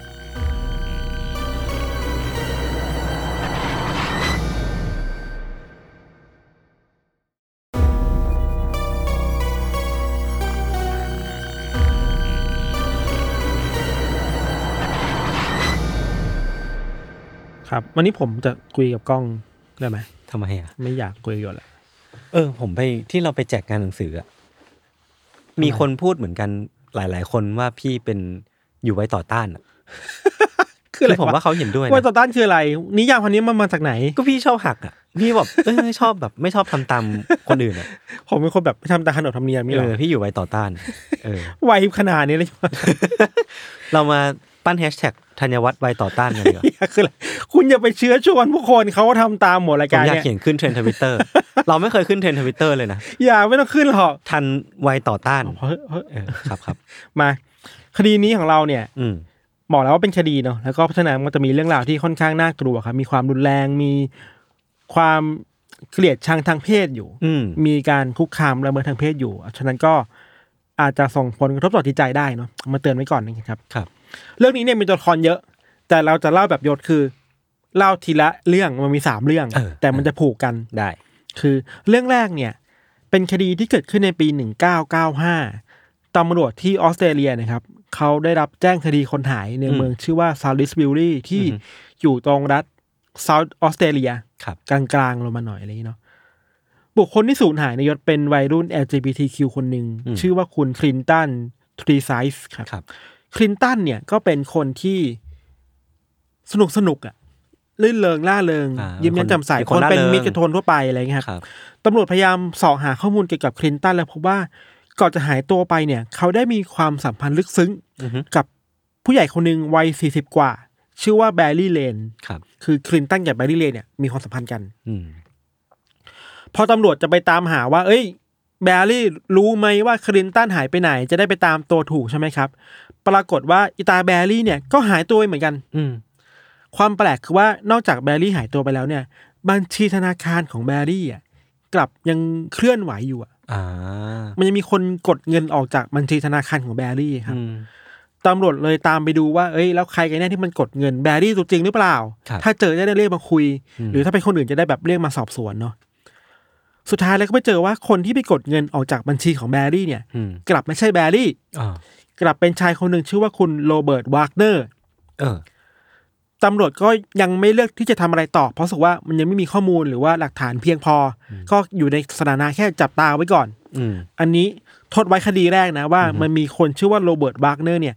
ครับวันนี้ผมจะคุยกับกล้องได้ไหมทำไมอ่ะไม่อยากคุยอยู่แล้วเออผมไปที่เราไปแจกงานหนังสืออ่ะมีคนพูดเหมือนกันหลายๆคนว่าพี่เป็นอยู่ไว้ต่อต้านอ่ะคืออะไรผมว่าเขาเห็นด้วยไว้ต่อต้านคืออะไรนิยามพันนี้มันมาจากไหนก็พี่ชอบหักอ่ะพี่แบบเออชอบแบบไม่ชอบทำตามคนอื่นอ่ะผมเป็นคนแบบไม่ทำตามขนบธรรมเนียมนี่หรอเออพี่อยู่ไว้ต่อต้านเออไว้ขนาดนี้เลยเรามาปั้นแฮชแท็กธัญวัฒน์ไว้ต่อต้านกันดีกว่าคืออะไรคุณอย่าไปเชื้อชวนผู้คนเขาทำตามหมดรายการเนี่ยผมอยากเขียนขึ้นเทรนด์ Twitter เราไม่เคยขึ้นเทรนด์ Twitter เลยนะอย่าไม่ต้องขึ้นหรอกทันไว้ต่อต้านครับครับมาคดีนี้ของเราเนี่ยบอกแล้วว่าเป็นคดีเนาะแล้วก็พัฒนามันจะมีเรื่องราวที่ค่อนข้างน่ากลัวครับมีความรุนแรงมีความเกลียดชังทางเพศอยู่มีการคุกคามละเมิดทางเพศอยู่ฉะนั้นก็อาจจะส่งผลกระทบต่อจิตใจได้เนาะมาเตือนไว้ก่อนนะครับครับเรื่องนี้เนี่ยมีตัวละครเยอะแต่เราจะเล่าแบบยศคือเล่าทีละเรื่องมันมีสามเรื่องแต่มันจะผูกกันได้คือเรื่องแรกเนี่ยเป็นคดีที่เกิดขึ้นในปีหนึ่งพันเก้าร้อยเก้าสิบห้าตำรวจที่ออสเตรเลียนะครับเขาได้รับแจ้งคดีคนหายในเมืองชื่อว่าซาลิสบิลลี่ที่อยู่ตรงรัฐเซาท์ออสเตรเลียกลางๆลงมาหน่อยอะไรอย่างนี้เนาะบุคคลที่สูญหายในยศเป็นวัยรุ่น แอล จี บี ที คิว คนหนึ่งชื่อว่าคุณคลินตันทรีไซส์ครับคลินตันเนี่ยก็เป็นคนที่สนุกสนุกอ่ะลื่นเริงล่าเริงยิ้มแย้มแจ่มใสคนเป็นมิตรกับคนทั่วไปอะไรเงี้ยครับตำรวจพยายามสอบหาข้อมูลเกี่ยวกับคลินตันแล้วพบว่าก่อนจะหายตัวไปเนี่ยเขาได้มีความสัมพันธ์ลึกซึ้งกับผู้ใหญ่คนหนึ่งวัยสี่สิบกว่าชื่อว่าแบร์รี่เลนคือคลินตันกับแบร์รี่เลนเนี่ยมีความสัมพันธ์กันพอตำรวจจะไปตามหาว่าเอ้ยแบร์รี่รู้ไหมว่าคลินตันหายไปไหนจะได้ไปตามตัวถูกใช่ไหมครับปรากฏว่าอีตาแบร์รี่เนี่ยก็หายตัวเหมือนกันความแปลกคือว่านอกจากแบร์รี่หายตัวไปแล้วเนี่ยบัญชีธนาคารของแบร์รี่อ่ะกลับยังเคลื่อนไหวอยู่อ่ะมันยังมีคนกดเงินออกจากบัญชีธนาคารของแบร์รี่ครับตำรวจเลยตามไปดูว่าเอ้ยแล้วใครกันแน่ที่มันกดเงินแบร์รี่ตัวจริงหรือเปล่าถ้าเจอจะได้เรียกมาคุยหรือถ้าเป็นคนอื่นจะได้แบบเรียกมาสอบสวนเนาะสุดท้ายแล้วก็ไปเจอว่าคนที่ไปกดเงินออกจากบัญชีของแบร์รี่เนี่ยกลับไม่ใช่แบร์รี่กลับเป็นชายคนหนึ่งชื่อว่าคุณโรเบิร์ตวากเนอร์ตำรวจก็ยังไม่เลือกที่จะทำอะไรต่อเพราะรู้สึกว่ามันยังไม่มีข้อมูลหรือว่าหลักฐานเพียงพอก็อยู่ในสถานะแค่จับตาไว้ก่อนอันนี้โทษไว้คดีแรกนะว่ามันมีคนชื่อว่าโรเบิร์ตวากเนอร์เนี่ยไป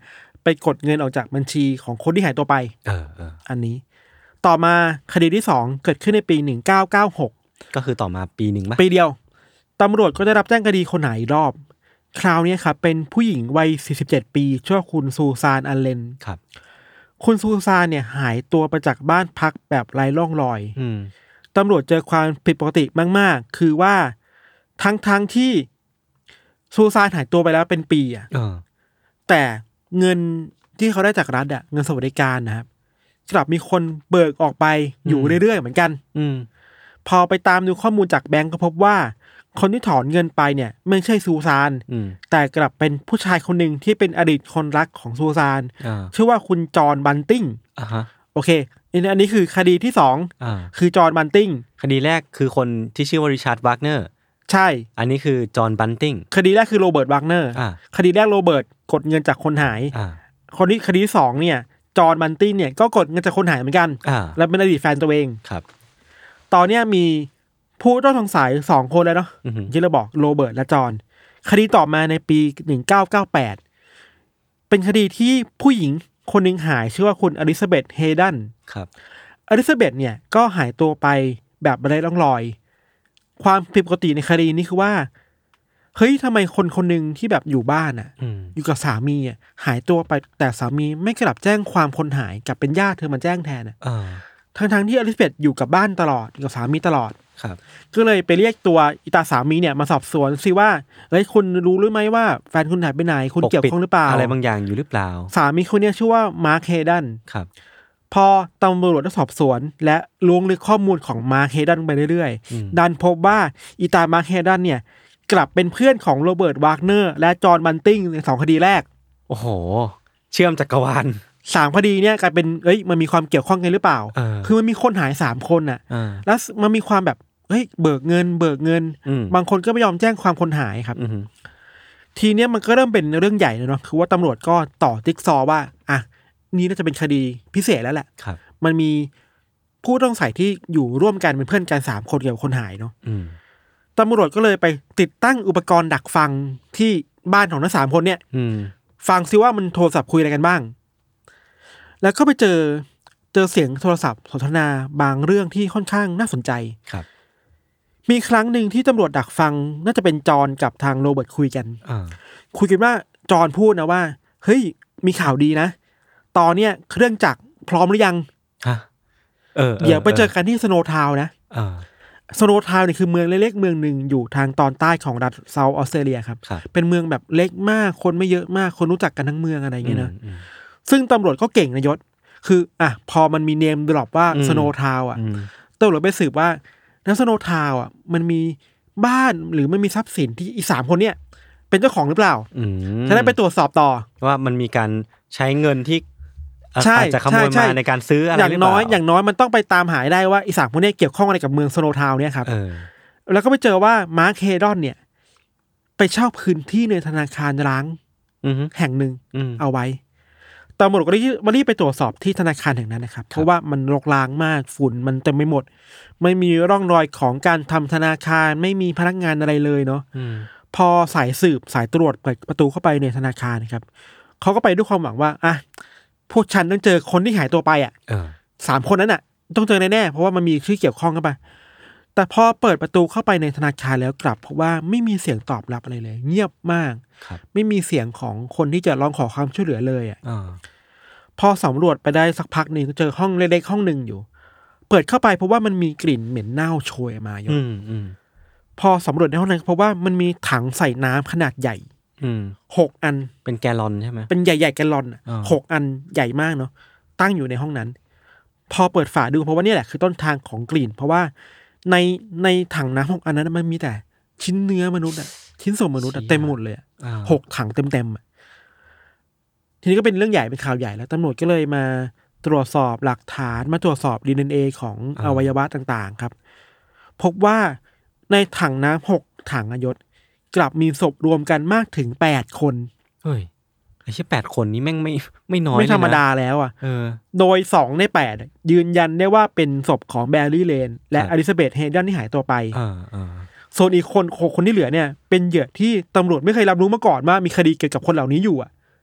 ไปกดเงินออกจากบัญชีของคนที่หายตัวไปเออเอออันนี้ต่อมาคดีที่สองเกิดขึ้นในปีหนึ่งเก้าเก้าหกก็คือต่อมาปีนึงมั้ยปีเดียวตำรวจก็ได้รับแจ้งคดีคนหายอีกรอบคราวนี้ครับเป็นผู้หญิงวัยสี่สิบเจ็ดปีชื่อคุณซูซานอัลเลนครับคุณซูซานเนี่ยหายตัวไปจากบ้านพักแบบไร้ร่องรอยอืมตำรวจเจอความผิดปกติมากๆคือว่าทั้งๆที่ซูซานหายตัวไปแล้วเป็นปีอ่ะแต่เงินที่เขาได้จากรัฐอ่ะเงินสวัสดิการนะครับกลับมีคนเบิกออกไปอยู่เรื่อยๆเหมือนกันอืมพอไปตามดูข้อมูลจากแบงก์ก็พบว่าคนที่ถอนเงินไปเนี่ยไม่ใช่ซูซานแต่กลับเป็นผู้ชายคนหนึ่งที่เป็นอดีตคนรักของซูซานชื่อว่าคุณจอห์นบันติงโอเคอันนี้คือคดีที่สองคือจอห์นบันติงคดีแรกคือคนที่ชื่อว่าริชาร์ดวากเนอร์ใช่อันนี้คือจอห์นบันติงคดีแรกคือโรเบิร์ตวากเนอร์คดีแรกโรเบิร์ตกดเงินจากคนหายคนนี้คดีที่สองเนี่ยจอห์นบันติงเนี่ยก็กดเงินจากคนหายเหมือนกันและเป็นอดีตแฟนตัวเองครับตอนนี้มีผู้ต้องสงสัยสองคนแล้วเนาะที่เราบอกโรเบิร์ตและจอห์นคดีต่อมาในปีหนึ่งเก้าเก้าแปดเป็นคดีที่ผู้หญิงคนนึงหายชื่อว่าคุณอลิซาเบธเฮดันครับอลิซาเบธเนี่ยก็หายตัวไปแบบไร้ร่องรอยความผิดปกติในคดีนี้คือว่าเฮ้ยทำไมคนคนนึงที่แบบอยู่บ้านอ่ะอ, อยู่กับสามีอ่ะหายตัวไปแต่สามีไม่กลับแจ้งความคนหายกับเป็นญาติเธอมาแจ้งแทนอ่ะทั้งๆที่อลิซาเบธอยู่กับบ้านตลอดอยู่กับสามีตลอดครับก็เลยไปเรียกตัวอิตาสามีเนี่ยมาสอบสวนซิว่าเฮ้ยคุณรู้หรือไม่ว่าแฟนคุณหายไปไหนคุณเกี่ยวข้องหรือเปล่าอะไรบางอย่างอยู่หรือเปล่าสามีคนนี้ชื่อว่ามาร์คเฮดันครับพอตำรวจได้สอบสวนและล้วงลึกข้อมูลของมาร์คเฮดันไปเรื่อยๆดันพบว่าอิตามาร์คเฮดันเนี่ยกลับเป็นเพื่อนของโรเบิร์ตวากเนอร์และจอห์นบันติงในสองคดีแรกโอ้โหเชื่อมจักรวาลสามคดีเนี่ยกลายเป็นเอ้ยมันมีความเกี่ยวข้องกันหรือเปล่าคือมันมีคนหายสามคนน่ะแล้วมันมีความแบบเฮ้ยเบิกเงินเบิกเงินบางคนก็ไม่ยอมแจ้งความคนหายครับทีเนี้ยมันก็เริ่มเป็นเรื่องใหญ่เลยเนาะคือว่าตำรวจก็ต่อจิ๊กซอว่าอ่ะนี่น่าจะเป็นคดีพิเศษแล้วแหละมันมีผู้ต้องสงสัยที่อยู่ร่วมกันเป็นเพื่อนกันสามคนเกี่ยวกับคนหายเนาะตำรวจก็เลยไปติดตั้งอุปกรณ์ดักฟังที่บ้านของทั้งสามคนเนี่ยฟังซิว่ามันโทรศัพท์คุยอะไรกันบ้างแล้วก็ไปเจอเจอเสียงโทรศัพท์สนทนาบางเรื่องที่ค่อนข้างน่าสนใจครับมีครั้งหนึ่งที่ตำรวจดักฟังน่าจะเป็นจอห์นกับทางโรเบิร์ตคุยกันคุยกันว่าจอห์นพูดนะว่าเฮ้ยมีข่าวดีนะตอนเนี้ยเครื่องจักรพร้อมหรือยังฮะเออเดี๋ยวไปเจอกันที่สโนว์ทาวน์นะสโนว์ทาวน์เนี่ยคือเมืองเล็กๆเมืองหนึ่งอยู่ทางตอนใต้ของรัฐเซาท์ออสเตรเลียครับเป็นเมืองแบบเล็กมากคนไม่เยอะมากคนรู้จักกันทั้งเมืองอะไรอย่างเงี้ยนะซึ่งตำรวจก็เก่งนะยศคืออ่ะพอมันมีเนมดรอปว่าสโนว์ทาวน์อ่ะตำรวจไปสืบว่าในสโนว์ทาวน์อ่ะมันมีบ้านหรือมันมีทรัพย์สินที่อีสามคนเนี่ยเป็นเจ้าของหรือเปล่าจะได้ไปตรวจสอบต่อว่ามันมีการใช้เงินที่อาจจะขโมยมาในการซื้ออะไรหรือเปล่าอย่างน้อยอย่างน้อยมันต้องไปตามหาได้ว่าอีสามคนนี้เกี่ยวข้องอะไรกับเมืองสโนว์ทาวน์เนี่ยครับแล้วก็ไปเจอว่ามาร์คเฮดอนเนี่ยไปเช่าพื้นที่ในธนาคารร้างแห่งหนึ่งเอาไว้ตำรวจก็รีบไปตรวจสอบที่ธนาคารแห่งนั้นนะครับเพราะว่ามันรกร้างมากฝุ่นมันเต็มไปหมดไม่มีร่องรอยของการทำธนาคารไม่มีพนักงานอะไรเลยเนาะพอสายสืบสายตรวจเปิดประตูเข้าไปในธนาคารนะครับเขาก็ไปด้วยความหวังว่าอ่ะพวกฉันต้องเจอคนที่หายตัวไปอ่ะสามคนนั้นอ่ะต้องเจอแน่ๆเพราะว่ามันมีชื่อเกี่ยวข้องกันไปแต่พอเปิดประตูเข้าไปในธนาคารแล้วกลับเพราะว่าไม่มีเสียงตอบรับอะไรเลยเงียบมากไม่มีเสียงของคนที่จะร้องขอความช่วยเหลือเลยอ่ะพอสำรวจไปได้สักพักหนึ่งเจอห้องเล็กๆห้องหนึ่งอยู่เปิดเข้าไปเพราะว่ามันมีกลิ่นเหม็นเน่าโชยมาอยู่พอสำรวจในห้องนั้นเพราะว่ามันมีถังใส่น้ำขนาดใหญ่หกอันเป็นแกลลอนใช่ไหมเป็นใหญ่ๆแกลลอนหกอันใหญ่มากเนาะตั้งอยู่ในห้องนั้นพอเปิดฝาดูเพราะว่านี่แหละคือต้นทางของกลิ่นเพราะว่าในในถังน้ำหกอันนั้นมันมีแต่ชิ้นเนื้อมนุษย์อ่ะชิ้นส่วนมนุษย์เต็มหมดเลยหกถังเต็มๆทีนี้ก็เป็นเรื่องใหญ่เป็นข่าวใหญ่แล้วตำรวจก็เลยมาตรวจสอบหลักฐานมาตรวจสอบ ดี เอ็น เอ ของอวัยวะต่างๆครับพบว่าในถังน้ำหกถังอยศกลับมีศพรวมกันมากถึงแปดคนเฮ้ยไอ้แค่แปดคนนี้แม่งไม่ไม่น้อยไม่ธรรมดาแล้วอ่ะเออโดยสองในแปดยืนยันได้ว่าเป็นศพของแบร์รี่เลนและอลิซาเบธเฮดันที่หายตัวไปส่วนอีกคนคนที่เหลือเนี่ยเป็นเหยื่อที่ตำรวจไม่เคยรับรู้มาก่อนว่ามีคดีเกี่ยวกับคนเหล่านี้อยู่อ่ะ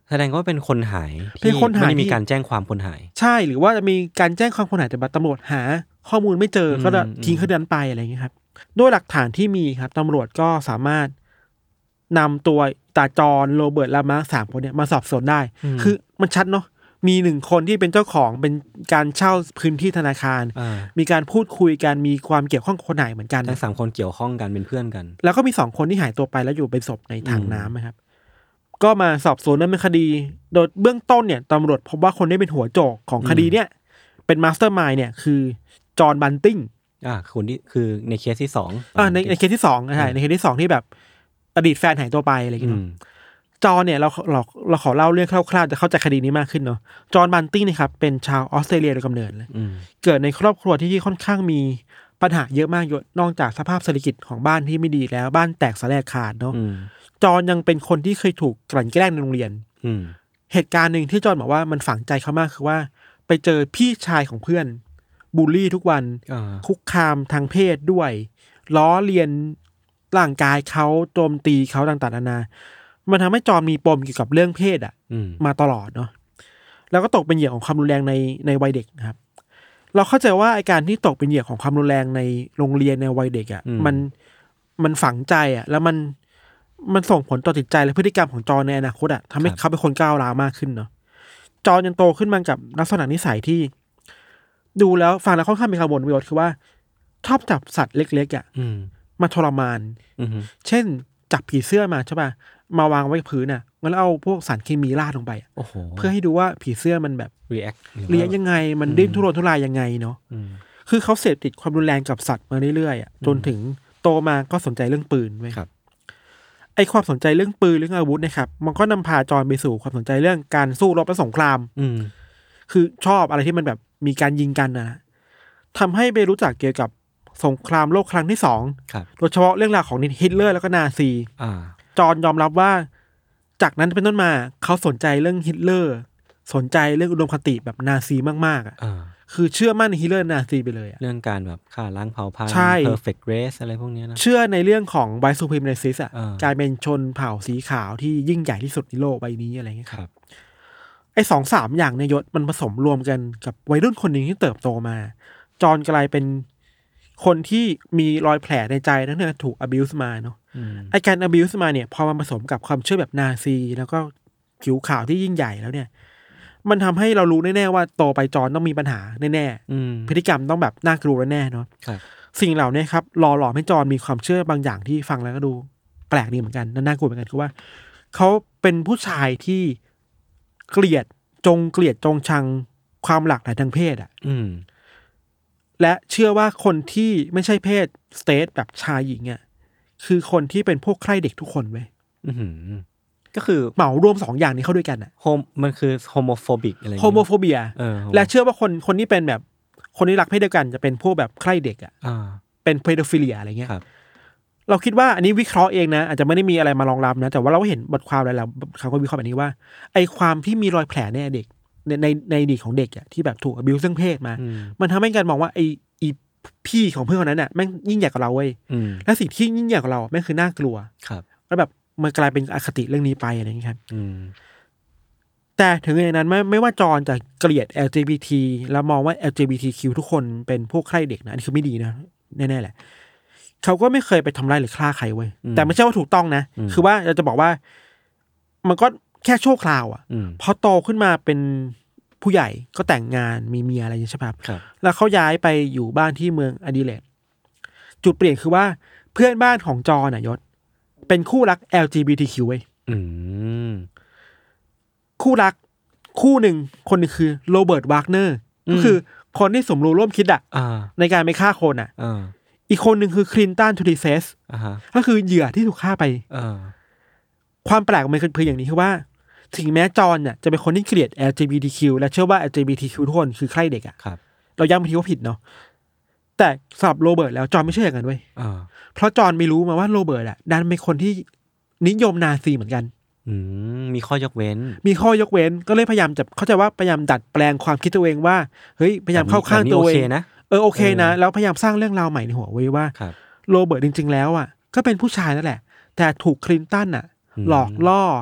แสดงว่าเป็นคนหายเป็นคนหายไม่ได้มีการแจ้งความคนหายใช่หรือว่าจะมีการแจ้งความคนหายแต่ตำรวจหาข้อมูลไม่เจอก็จะทิ้งคดีนั้นไปอะไรอย่างนี้ครับด้วยหลักฐานที่มีครับตำรวจก็สามารถนำตัวตาจรโรเบิร์ตและมาร์คสามคนเนี่ยมาสอบสวนได้คือมันชัดเนาะมีหนึ่งคนที่เป็นเจ้าของเป็นการเช่าพื้นที่ธนาคารมีการพูดคุยกันมีความเกี่ยวข้องกับคนหายเหมือนกันทั้งสามคนเกี่ยวข้องกันเป็นเพื่อนกันแล้วก็มีสองคนที่หายตัวไปแล้วอยู่เป็นศพในถังน้ำนะครับก็มาสอบสวนดำเนินคดีโดยเบื้องต้นเนี่ยตำรวจพบว่าคนที่เป็นหัวโจกของคดีเนี่ยเป็นมาสเตอร์มายด์เนี่ยคือจอห์นบันติงอ่าคนที่คือในเคสที่สองอ่าในในเคสที่สองใช่ในเคสที่สองที่แบบอดีตแฟนหายตัวไปอะไรอย่างเงี้ยจอห์นเนี่ยเราเราเราขอเล่าเรื่องคร่าวๆจะเข้าใจคดีนี้มากขึ้นเนาะจอห์นบันติงนะครับเป็นชาวออสเตรเลียโดยกำเนิดเลยเกิดในครอบครัวที่ค่อนข้างมีปัญหาเยอะมากนอกจากสภาพเศรษฐกิจของบ้านที่ไม่ดีแล้วบ้านแตกสลายขาดเนาะจอห์นยังเป็นคนที่เคยถูกกลั่นแกล้งในโรงเรียนเหตุการณ์หนึ่งที่จอห์นบอกว่ามันฝังใจเขามากคือว่าไปเจอพี่ชายของเพื่อนบูลลี่ทุกวันคุกคามทางเพศด้วยล้อเลียนร่างกายเขาโจมตีเขาต่างๆนานามันทำให้จอห์นมีปมเกี่ยวกับเรื่องเพศอ่ะมาตลอดเนาะแล้วก็ตกเป็นเหยื่อของความรุนแรงในในวัยเด็กนะครับเราเข้าใจว่าไอ้การที่ตกเป็นเหยื่อของความรุนแรงในโรงเรียนในวัยเด็กอ่ะมันมันฝังใจอ่ะแล้วมันมันส่งผลต่อจิตใจและพฤติกรรมของจอห์นในอนาคตอ่ะทำให้เขาเป็นคนก้าวร้าวมากขึ้นเนาะจอห์นยังโตขึ้นมากับลักษณะนิสัยที่ดูแล้วฟังแล้วค่อนข้างมีความบ่นวิวคือว่าชอบจับสัตว์เล็กๆอ่ะมาทรมานเช่นจับผีเสื้อมาใช่ป่ะมาวางไว้กับพื้นน่ะงั้นเอาพวกสารเคมีราดลงไปเพื่อให้ดูว่าผีเสื้อมันแบบ react เรียกยังไงมันดิ้นทุรนทุรายยังไงเนาะคือเขาเสพติดความรุนแรงกับสัตว์มาเรื่อยๆอ่ะจนถึงโตมาก็สนใจเรื่องปืนไว้ครับไอความสนใจเรื่องปืนเรื่องอาวุธนะครับมันก็นำพาจอห์นไปสู่ความสนใจเรื่องการสู้รบและสงครามคือชอบอะไรที่มันแบบมีการยิงกันนะทำให้ไปรู้จักเกี่ยวกับสงครามโลกครั้งที่สองโดยเฉพาะเรื่องราวของฮิตเลอร์แล้วก็นาซีจอห์นยอมรับว่าจากนั้นเป็นต้นมาเขาสนใจเรื่องฮิตเลอร์สนใจเรื่องอุดมคติแบบนาซีมากๆอ่ะคือเชื่อมั่นในฮิตเลอร์นาซีไปเลยเรื่องการแบบฆ่าล้างเผ่าพันธุ์ perfect race อะไรพวกนี้นะเชื่อในเรื่องของ white supremacist อ่ะการเป็นชนเผ่าสีขาวที่ยิ่งใหญ่ที่สุดในโลกใบนี้อะไรเงี้ยครับไอ้สองสามอย่างในยศมันผสมรวมกันกับวัยรุ่นคนหนึ่งที่เติบโตมาจอห์นกลายเป็นคนที่มีรอยแผลในใจตั้งแต่ถูก abuse มาเนาะไอ้การ abuse มาเนี่ยพอมาผสมกับความเชื่อแบบนาซีแล้วก็ผิวขาวที่ยิ่งใหญ่แล้วเนี่ยมันทำให้เรารู้แน่ๆว่าโตไปจอห์นต้องมีปัญหาแน่ๆพฤติกรรมต้องแบบน่ากลัวแน่ๆเนาะสิ่งเหล่านี้ครับหล่อหลอมให้จอห์นมีความเชื่อบางอย่างที่ฟังแล้วก็ดูแปลกดีเหมือนกันน่ากลัวเหมือนกันคือว่าเขาเป็นผู้ชายที่เกลียดจงเกลียดจงชังความหลากหลายทางเพศอ่ะและเชื่อว่าคนที่ไม่ใช่เพศสเตทแบบชายหญิงอ่ะคือคนที่เป็นพวกใคร่เด็กทุกคนเว้ยก็คือเหมารวมสองอย่างนี้เข้าด้วยกันอ่ะโฮมมันคือโฮโมโฟบิกอะไรโฮโมโฟเบียและเชื่อว่าคนคนที่เป็นแบบคนที่รักเพศเดียวกันจะเป็นพวกแบบใคร่เด็กอ่ะเป็นเพโดฟิเลียอะไรเงี้ยเราคิดว่าอันนี้วิเคราะห์เองนะอาจจะไม่ได้มีอะไรมารองรับนะแต่ว่าเราเห็นบทความอะไรแล้วเขาก็วิเคราะห์แบบนี้ว่าไอ้ความที่มีรอยแผลในเด็กในในในอดีตของเด็กอ่ะที่แบบถูก abuse เรื่องเพศมามันทำให้การมองว่าไอ้อีพี่ของเพื่อนคนนั้นน่ะแม่งยิ่งใหญ่กว่าเราเว้ยและสิ่งที่ยิ่งใหญ่กว่าเราแม่งคือน่ากลัวแล้วแบบมันกลายเป็นอคติเรื่องนี้ไปอะไรอย่างนี้ครับแต่ถึงอย่างนั้นไม่ไม่ว่าจอห์นจะเกลียด แอล จี บี ที แล้วมองว่า แอล จี บี ที คิว ทุกคนเป็นพวกใคร่เด็กนะอันนี้คือไม่ดีนะแน่ๆแหละเขาก็ไม่เคยไปทำร้ายหรือฆ่าใครเว้ยแต่ไม่ใช่ว่าถูกต้องนะคือว่าเราจะบอกว่ามันก็แค่ชั่วคราวอ่ะพอโตขึ้นมาเป็นผู้ใหญ่ก็แต่งงานมีเมียอะไรอย่างนี้ใช่ไหมครับแล้วเขาย้ายไปอยู่บ้านที่เมืองอดิเลดจุดเปลี่ยนคือว่าเพื่อนบ้านของจอห์นน่ะยศเป็นคู่รัก แอล จี บี ที คิว เว้ยคู่รักคู่หนึ่งคนนึงคือโรเบิร์ตวากเนอร์ก็คือคนที่สมรู้ร่วมคิดอ่ะในการไปฆ่าคนอ่ะอีกคนหนึ่งคือคลินตันทูดิเซสก็คือเหยื่อที่ถูกฆ่าไปความแปลกของมันคืออย่างนี้คือว่าถึงแม้จอห์นเนี่ยจะเป็นคนที่เกลียด แอล จี บี ที คิว และเชื่อว่า แอล จี บี ที คิว ทุกคนคือใคร่เด็กอ่ะเราย้ำไปทีว่าผิดเนาะแต่สำหรับโรเบิร์ตแล้วจอห์นไม่เชื่ออย่างนั้นเว้ยเพราะจอห์นไม่รู้มาว่าโรเบิร์ตอ่ะดันเป็นคนที่นิยมนาซีเหมือนกันมีข้อยกเว้นมีข้อยกเว้นก็เลยพยายามจะเข้าใจว่าพยายามดัดแปลงความคิดตัวเองว่าเฮ้ยพยายามเข้าข้างตัวเองเออโอเคนะแล้วพยายามสร้างเรื่องราวใหม่ในหัวไว้ว่าโรเบิร์ตจริงๆแล้วอ่ะก็เป็นผู้ชายนั่นแหละแต่ถูกคลินตันอ่ะหลอกล่อ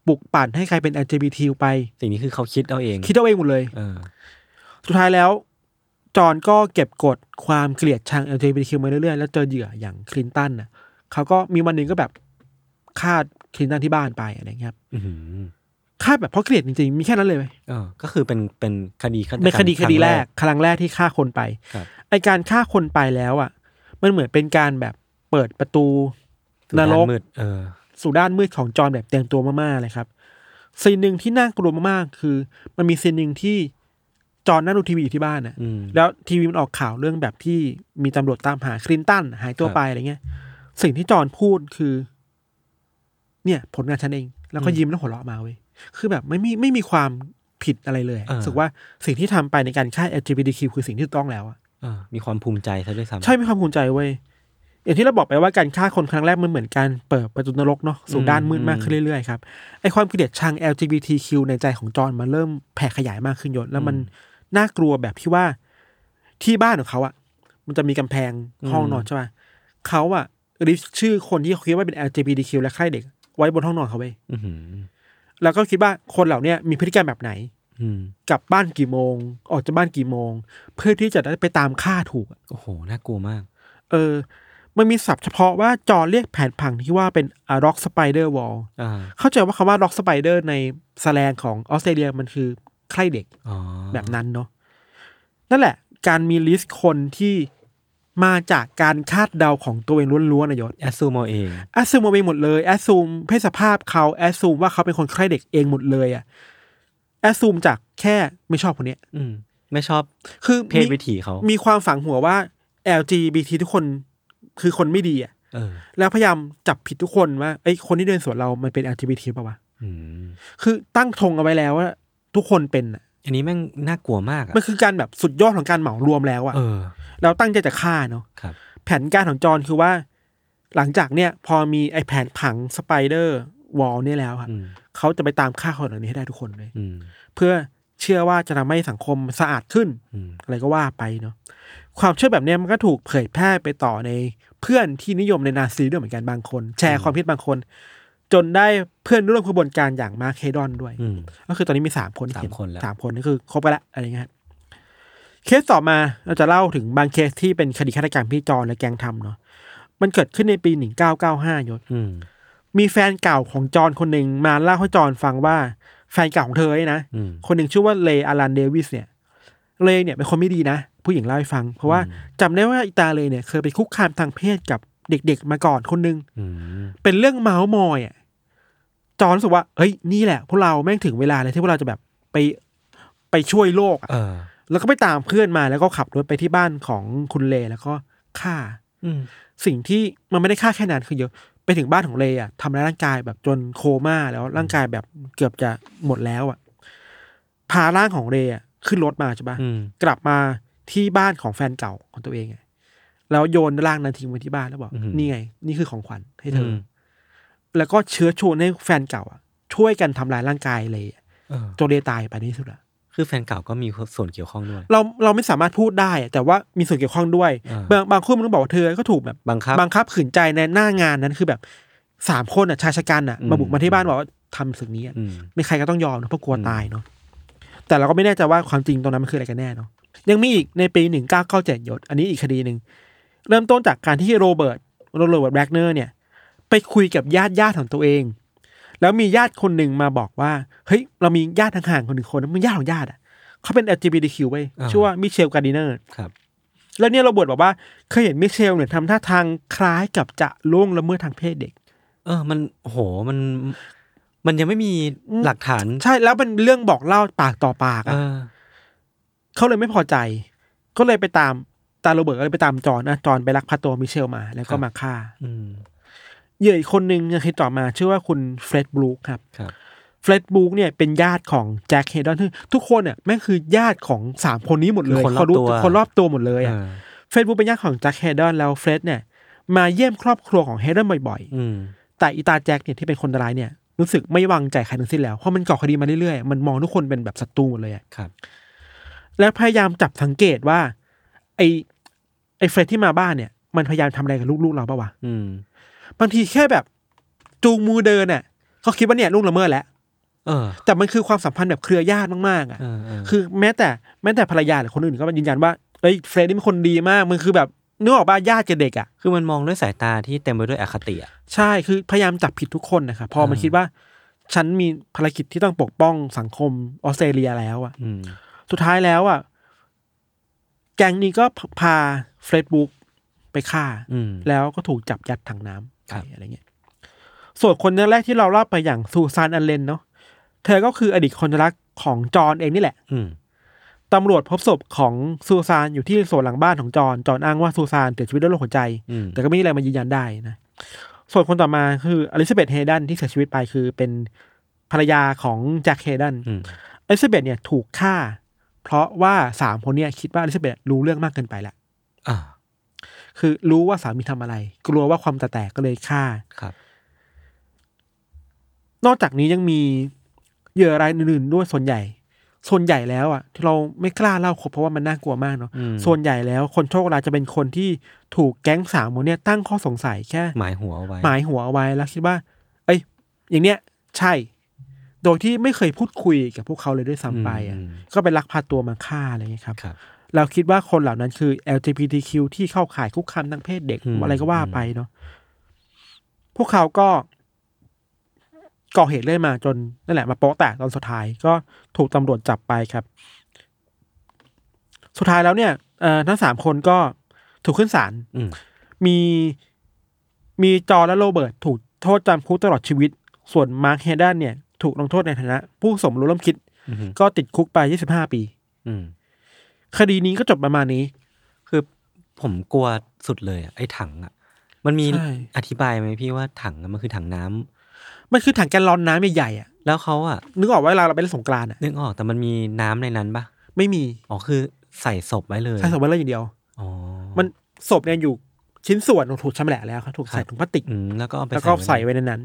ปลุกปั่นให้ใครเป็น แอล จี บี ที ไปสิ่งนี้คือเขาคิดเอาเองคิดเอาเองหมดเลยเออสุดท้ายแล้วจอห์นก็เก็บกดความเกลียดชัง แอล จี บี ที มาเรื่อยๆแล้วเจอเหยื่ออย่างคลินตันน่ะเขาก็มีวันนึงก็แบบฆ่าคลินตันที่บ้านไปอะไรเงี้ยครับฆ่าแบบเพราะเกลียดจริงๆมีแค่นั้นเลยเออก็คือเป็นเป็นคดีฆาตกรรมเป็นคดีคดีแรกครั้งแรกที่ฆ่าคนไปไอการฆ่าคนไปแล้วอ่ะมันเหมือนเป็นการแบบเปิดประตูนรกเออสู่ด้านมืดของจอห์นแบบเต็มตัวมากๆเลยครับซีนหนึ่งที่น่ากลัวมากๆคือมันมีซีนหนึ่งที่จอห์นนั่งดูทีวีอยู่ที่บ้านน่ะแล้วทีวีมันออกข่าวเรื่องแบบที่มีตำรวจตามหาคลินตันหายตัวไปอะไรเงี้ยสิ่งที่จอห์นพูดคือเนี่ยผลงานฉันเองแล้วก็ยิ้มแล้วหัวเราะมาเว้ยคือแบบไม่มีไม่มีความผิดอะไรเลยรู้สึกว่าสิ่งที่ทำไปในการฆ่า แอล จี บี ที คิว คือสิ่งที่ถูกต้องแล้วอ่ะมีความภูมิใจซะด้วยซ้ำใช่มีความภูมิใจเว้ยอย่างที่เราบอกไปว่าการฆ่าคนครั้งแรกมันเหมือนการเปิดประตูนรกเนาะสู่ด้านมืดมากขึ้นเรื่อยๆครับไอความเกลียดชัง แอล จี บี ที คิว ในใจของจอห์นมันเริ่มแผ่ขยายมากขึ้นยศแล้วมันน่ากลัวแบบที่ว่าที่บ้านของเขาอ่ะมันจะมีกำแพงห้องนอนใช่ป่ะเขาอ่ะริสชื่อคนที่เขาคิดว่าเป็น แอล จี บี ที คิว และใคร่เด็กไว้บนห้องนอนเขาเว้ยแล้วก็คิดว่าคนเหล่านี้มีพฤติกรรมแบบไหนกลับบ้านกี่โมงออกจากบ้านกี่โมงเพื่อที่จะได้ไปตามฆ่าถูกโอ้โหน่ากลัวมากเออมันมีศัพท์เฉพาะว่าจอเรียกแผนผังที่ว่าเป็น rock spider wall เข้าใจว่าคำว่า rock spider ในแสแลงของออสเตรเลียมันคือใคร่เด็กแบบนั้นเนาะนั่นแหละการมีลิสต์คนที่มาจากการคาดเดาของตัวเองล้วนๆนะยศแอสซูมเอาเองแอสซูมเอาเองหมดเลยแอสซูมเพศสภาพเขาแอสซูมว่าเขาเป็นคนใคร่เด็กเองหมดเลยอ่ะแอสซูมจากแค่ไม่ชอบคนนี้อืมไม่ชอบคือเพศวิถีเขามีความฝังหัวว่า แอล จี บี ที ทุกคนคือคนไม่ดีอ่ะแล้วพยายามจับผิดทุกคนว่าไอ้คนที่เดินสวนเรามันเป็น แอล จี บี ที ป่ะวะคือตั้งธงเอาไว้แล้วว่าทุกคนเป็นอ่ะอันนี้แม่งน่ากลัวมากอ่ะมันคือการแบบสุดยอดของการเหมารวมแล้วอ่ะเราตั้งใจจะฆ่าเนาะแผนการของจอห์นคือว่าหลังจากเนี่ยพอมีไอ้แผนผังสไปเดอร์วอลเนี่ยแล้วครับเขาจะไปตามฆ่าคนเหล่านี้ให้ได้ทุกคนเลยเพื่อเชื่อว่าจะทำให้สังคมสะอาดขึ้นอะไรก็ว่าไปเนาะความเชื่อแบบนี้มันก็ถูกเผยแพร่ไปต่อในเพื่อนที่นิยมในนาซีด้วยเหมือนกันบางคนแชร์ความคิดบางคนจนได้เพื่อนร่วมขบวนการอย่างมาร์ค เฮดอนด้วยก็คือตอนนี้มีสามคนสามคนแล้วสามคนนี่คือครบไปแล้วอะไรเงี้ยเคสต่อมาเราจะเล่าถึงบางเคสที่เป็นคดีฆาตกรรมพี่จอนและแกงทำเนาะมันเกิดขึ้นในปีหนึ่งเก้าเก้าห้ายศมีแฟนเก่าของจอนคนหนึ่งมาเล่าให้จอนฟังว่าแฟนเก่าของเธอเนี่ยนะคนหนึ่งชื่อว่าเลย์อารันเดวิสเนี่ยเลย์เนี่ยเป็นคนไม่ดีนะผู้หญิงเล่าให้ฟังเพราะว่าจำได้ว่าอิตาเลย์เนี่ยเคยไปคุกคามทางเพศกับเด็กๆมาก่อนคนนึงเป็นเรื่องเมาส์มอยอ่ะจอนรู้สึกว่าเฮ้ยนี่แหละพวกเราแม่งถึงเวลาเลยที่พวกเราจะแบบไปไปช่วยโลกอ่ะแล้วก็ไปตามเพื่อนมาแล้วก็ขับรถไปที่บ้านของคุณเลแล้วก็ฆ่าสิ่งที่มันไม่ได้ฆ่าแค่นั้นคือเยอะไปถึงบ้านของเลอ่ะทำร้ายร่างกายแบบจนโคม่าแล้วร่างกายแบบเกือบจะหมดแล้วอ่ะพาร่างของเลอ่ะขึ้นรถมาใช่ปะกลับมาที่บ้านของแฟนเก่าของตัวเองไงแล้วโยนร่างนั้นทิ้งไว้ที่บ้านแล้วบอกนี่ไงนี่คือของขวัญให้เธอแล้วก็เชื้อชวนให้แฟนเก่าอ่ะช่วยกันทำลายร่างกายเลยจนเลตายไปในที่สุดอ่ะคือแฟนเก่าก็มีส่วนเกี่ยวข้องด้วยเราเราไม่สามารถพูดได้แต่ว่ามีส่วนเกี่ยวข้องด้วยบางบางคนมันบอกว่าเธอก็ถูกแบบบังคับบังคับขืนใจในหน้างานนั้นคือแบบสามคนอ่ะชายชะกันอ่ะมาบุกมาที่บ้านบอกว่าทำสิ่งนี้ไม่ใครก็ต้องยอมนะเพราะกลัวตายเนาะแต่เราก็ไม่แน่ใจว่าความจริงตรงนั้นมันคืออะไรกันแน่เนาะยังมีอีกในปีหนึ่งเก้าเก้าเจ็ดยศอันนี้อีกคดีหนึ่งเริ่มต้นจากการที่โรเบิร์ตโรเบิร์ตแบล็กเนอร์เนี่ยไปคุยกับญาติญาติของตัวเองแล้วมีญาติคนหนึ่งมาบอกว่าเฮ้ยเรามีญาติห่างๆคนหนึ่งคนมันญาติของญาติอ่ะเขาเป็น แอล จี บี ที คิว เว้ยชื่อว่ามิเชลการ์ดิเนอร์ครับแล้วเนี่ยโรเบิร์ตบอกว่าเคยเห็นมิเชลเนี่ยทำท่าทางคล้ายกับจะล่วงละเมิดทางเพศเด็กเออมันโหมันมันยังไม่มีหลักฐานใช่แล้วเป็นเรื่องบอกเล่าปากต่อปากอ่ะเขาเลยไม่พอใจก็เลยไปตามตาโรเบิร์ตก็เลยไปตามจอห์นนะจอห์นไปลักพาตัวมิเชลมาแล้วก็มาฆ่าเหยื่ออีกคนนึงยังคิดต่อมาชื่อว่าคุณเฟร็ดบรูคครับเฟร็ดบรูคเนี่ยเป็นญาติของแจ็คเฮดอนทุกคนเนี่ยแม่งคือญาติของสามคนนี้หมดเลยเขารู้คนรอบตัวหมดเลยอ่ะเฟร็ดบรูคเป็นญาติของแจ็คเฮดอนแล้วเฟร็ดเนี่ยมาเยี่ยมครอบครัวของเฮดอนบ่อยๆแต่อีตาแจ็คเนี่ยที่เป็นคนร้ายเนี่ยรู้สึกไม่วางใจใครทั้งสิ้นแล้วเพราะมันก่อคดีมาเรื่อยๆมันมองทุกคนเป็นแบบศัตรูหมดเลยอ่ะแล้วพยายามจับสังเกตว่าไอไอเฟร็ดที่มาบ้านเนี่ยมันพยายามทำอะไรกับลูกๆเราป่าววะบางทีแค่แบบจูงมือเดินเนี่ยเขาคิดว่าเนี่ยลูกละเมิดแล้วเออแต่มันคือความสัมพันธ์แบบเครือญาติมากๆอ่ะคือแม้แต่แม้แต่ภรรยาหรือคนอื่นก็ยืนยันว่าเอ้ยเฟรดนี่เป็นคนดีมากมันคือแบบนึกออกป่ะญาติกับเด็กอ่ะคือมันมองด้วยสายตาที่เต็มไปด้วยอคติอ่ะใช่คือพยายามจับผิดทุกคนนะครับพอมันคิดว่าฉันมีภารกิจที่ต้องปกป้องสังคมออสเตรเลียแล้วอ่ะสุดท้ายแล้วอ่ะแก๊งนี้ก็พาเฟรดบุ๊กไปฆ่าแล้วก็ถูกจับยัดถังน้ำไปอะไรเงี้ยส่วนคนแรกที่เราเล่าไปอย่างซูซานอัลเลนเนาะเธอก็คืออดีตคนรักของจอห์นเองนี่แหละตำรวจพบศพของซูซานอยู่ที่สวนหลังบ้านของจอห์นจอห์นอ้างว่าซูซานเสียชีวิตด้วยโรคหัวใจแต่ก็ไม่มีอะไรมายืนยันได้นะส่วนคนต่อมาคืออลิซาเบธเฮดันที่เสียชีวิตไปคือเป็นภรรยาของแจ็คเฮดันอลิซาเบธเนี่ยถูกฆ่าเพราะว่าสามคนเนี่ยคิดว่าอลิซาเบธรู้เรื่องมากเกินไปแล้วคือรู้ว่าสามีทำอะไรกลัวว่าความแตกก็เลยฆ่าครับนอกจากนี้ยังมีเหยื่อรายอื่นๆด้วยส่วนใหญ่ส่วนใหญ่แล้วอ่ะที่เราไม่กล้าเล่าครบเพราะว่ามันน่ากลัวมากเนาะส่วนใหญ่แล้วคนโชคร้ายจะเป็นคนที่ถูกแก๊งสามคนเนี่ยตั้งข้อสงสัยแค่หมายหัวเอาไว้หมายหัวเอาไว้แล้วคิดว่าเอ้ยอย่างเนี้ยใช่โดยที่ไม่เคยพูดคุยกับพวกเขาเลยด้วยซ้ำไปอ่ะก็ไปลักพาตัวมาฆ่าอะไรอย่างเงี้ยครับเราคิดว่าคนเหล่านั้นคือ แอล จี บี ที คิว ที่เข้าข่ายคุกคามทางเพศเด็กอะไรก็ว่าไปเนาะพวกเขาก็ก่อเหตุเรื่อยมาจนนั่นแหละมาโป๊ะแตกตอนสุดท้ายก็ถูกตำรวจจับไปครับสุดท้ายแล้วเนี่ยทั้งสามคนก็ถูกขึ้นศาลมีมีจอและโรเบิร์ตถูกโทษจำคุกตลอดชีวิตส่วนมาร์คเฮดันเนี่ยถูกลงโทษในฐานะผู้สมรู้ร่วมคิดก็ติดคุกไปยี่สิบห้าปีคดีนี้ก็จบประมาณนี้คือผมกลัวสุดเลยไอ้ถังอ่ะมันมีอธิบายไหมพี่ว่าถังมันคือถังน้ำมันคือถังแกลลอนน้ำใหญ่ๆอ่ะแล้วเขาอ่ะนึกออกว่าเวลาเราไปเล่นสงกรานต์อ่ะนึกออกแต่มันมีน้ำในนั้นปะไม่มีอ๋อคือใส่ศพไว้เลยใส่ศพไว้เลยอย่างเดียวอ๋อมันศพเนี่ยอยู่ชิ้นส่วนถูกชำแหละแล้วเขาถูกใส่ถุงพลาสติกแล้วก็แล้วก็ใส่ไว้ในนั้น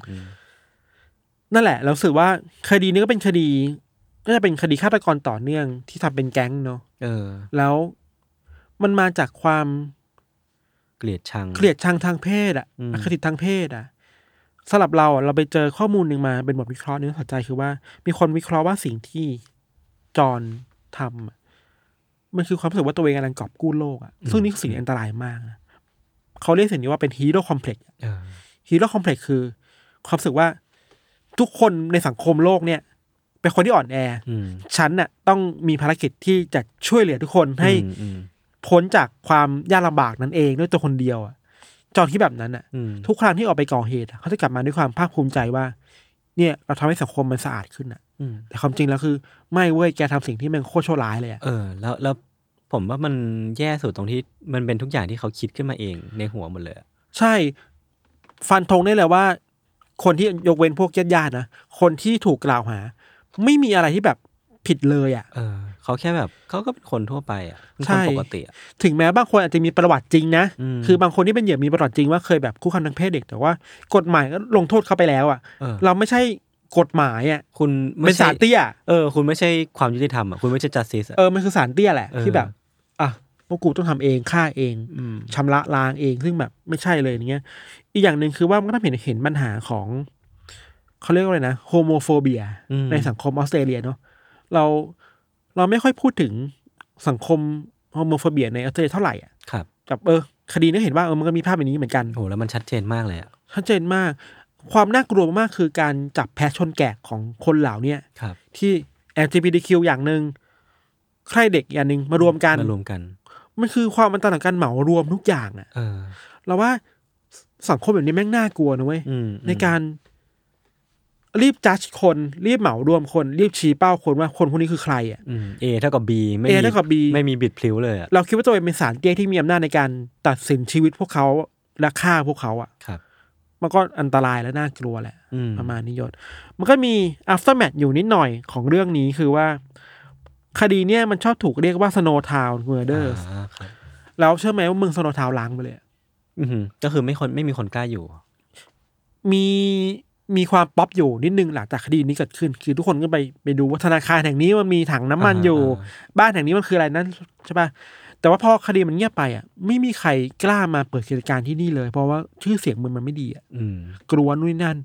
นั่นแหละเราสึกว่าคดีนี้ก็เป็นคดีก็จะเป็นคดีฆาตกรต่อเนื่องที่ทำเป็นแก๊งเนาะเออแล้วมันมาจากความเกลียดชังเกลียดชังทางเพศอ่ะอคติทางเพศอ่ะสำหรับเราเราไปเจอข้อมูลหนึ่งมาเป็นบทวิเคราะห์นึงสนใจคือว่ามีคนวิเคราะห์ว่าสิ่งที่จอห์นทำมันคือความรู้สึกว่าตัวเองกำลังกอบกู้โลกอ่ะซึ่งนี่คือสิ่งอันตรายมากนะเขาเรียกสิ่งนี้ว่าเป็นฮีโร่คอมเพล็กซ์ฮีโร่คอมเพล็กซ์คือความรู้สึกว่าทุกคนในสังคมโลกเนี่ยเป็นคนที่อ่อนแอฉันน่ะต้องมีภารกิจที่จะช่วยเหลือทุกคนให้พ้นจากความยากลำบากนั้นเองด้วยตัวคนเดียวอ่ะจอห์นที่แบบนั้นอ่ะทุกครั้งที่ออกไปก่อเหตุเขาจะกลับมาด้วยความภาคภูมิใจว่าเนี่ยเราทำให้สังคมมันสะอาดขึ้นอ่ะแต่ความจริงแล้วคือไม่เว้ยแกทำสิ่งที่มันโคตรชั่วร้ายเลยอ่ะเออแล้วแล้วผมว่ามันแย่สุดตรงที่มันเป็นทุกอย่างที่เขาคิดขึ้นมาเองในหัวหมดเลยใช่ฟันธงได้เลยว่าคนที่ยกเว้นพวกญาติๆนะคนที่ถูกกล่าวหาไม่มีอะไรที่แบบผิดเลยอ่ะเออเขาแค่แบบเขาก็เป็นคนทั่วไปอ่ะเป็นคนปกติอ่ะถึงแม้บางคนอาจจะมีประวัติจริงนะคือบางคนที่เป็นเหยื่อมีประวัติจริงว่าเคยแบบคุกคามทางเพศเด็กแต่ว่ากฎหมายก็ลงโทษเขาไปแล้วอ่ะเราไม่ใช่กฎหมายอ่ะคุณเป็นศาลเตี้ยเออคุณไม่ใช่ความยุติธรรมอ่ะคุณไม่ใช่ justice เออมันคือศาลเตี้ยแหละที่แบบอ่ะพวกกูต้องทำเองฆ่าเองชำระล้างเองซึ่งแบบไม่ใช่เลยอย่างเงี้ยอีกอย่างหนึ่งคือว่ามันก็ต้องเห็นเห็นปัญหาของเขาเรียกว่าอะไรนะโฮโมโฟเบียในสังคมออสเตรเลียเนาะเราเราไม่ค่อยพูดถึงสังคมโฮโมโฟเบียในออสเตรเลียเท่าไหร่อ่ะครับแบบเออคดีนี้เห็นว่าเออมันก็มีภาพแบบนี้เหมือนกันโอ้แล้วมันชัดเจนมากเลยอ่ะชัดเจนมากความน่ากลัวมากคือการจับแพะชนแกะของคนเหล่านี้ที่ แอล จี บี ที คิว อย่างนึงใครเด็กอย่างนึงมารวมกันมารวมกันมันคือความมันต่างกันเหมารวมทุกอย่างอ่ะเราว่าสังคมแบบนี้แม่งน่ากลัวนะเว้ยในการรีบจัดคนรีบเหมารวมคนรีบชี้เป้าคนว่าคนพวกนี้คือใครอ่ะเอเท่ากับบีไม่เอเท่ากับบีไม่มีบิดพลิ้วเลยอ่ะเราคิดว่าตัวเองเป็นศาลเตี้ยที่มีอำนาจในการตัดสินชีวิตพวกเขาและฆ่าพวกเขาอ่ะครับมันก็อันตรายและน่ากลัวแหละประมาณนี้ยศมันก็มี aftermath อยู่นิดหน่อยของเรื่องนี้คือว่าคดีเนี้ยมันชอบถูกเรียกว่า Snow Town Murders แล้วเชื่อไหมว่าเมือง Snow Town ล้างไปเลยก็คือไม่คนไม่มีคนกล้าอยู่มีมีความป๊อปอยู่นิดนึงหลังจากคดีนี้เกิดขึ้นคือทุกคนก็ไปไปดูว่าธนาคารแห่งนี้มันมีถังน้ำมันอยู่บ้านแห่งนี้มันคืออะไรนั่นใช่ป่ะแต่ว่าพอคดีมันเงียบไปอ่ะไม่มีใครกล้ามาเปิดกิจการที่นี่เลยเพราะว่าชื่อเสียงมันมันไม่ดีอ่ะกลัวนู่นนั่น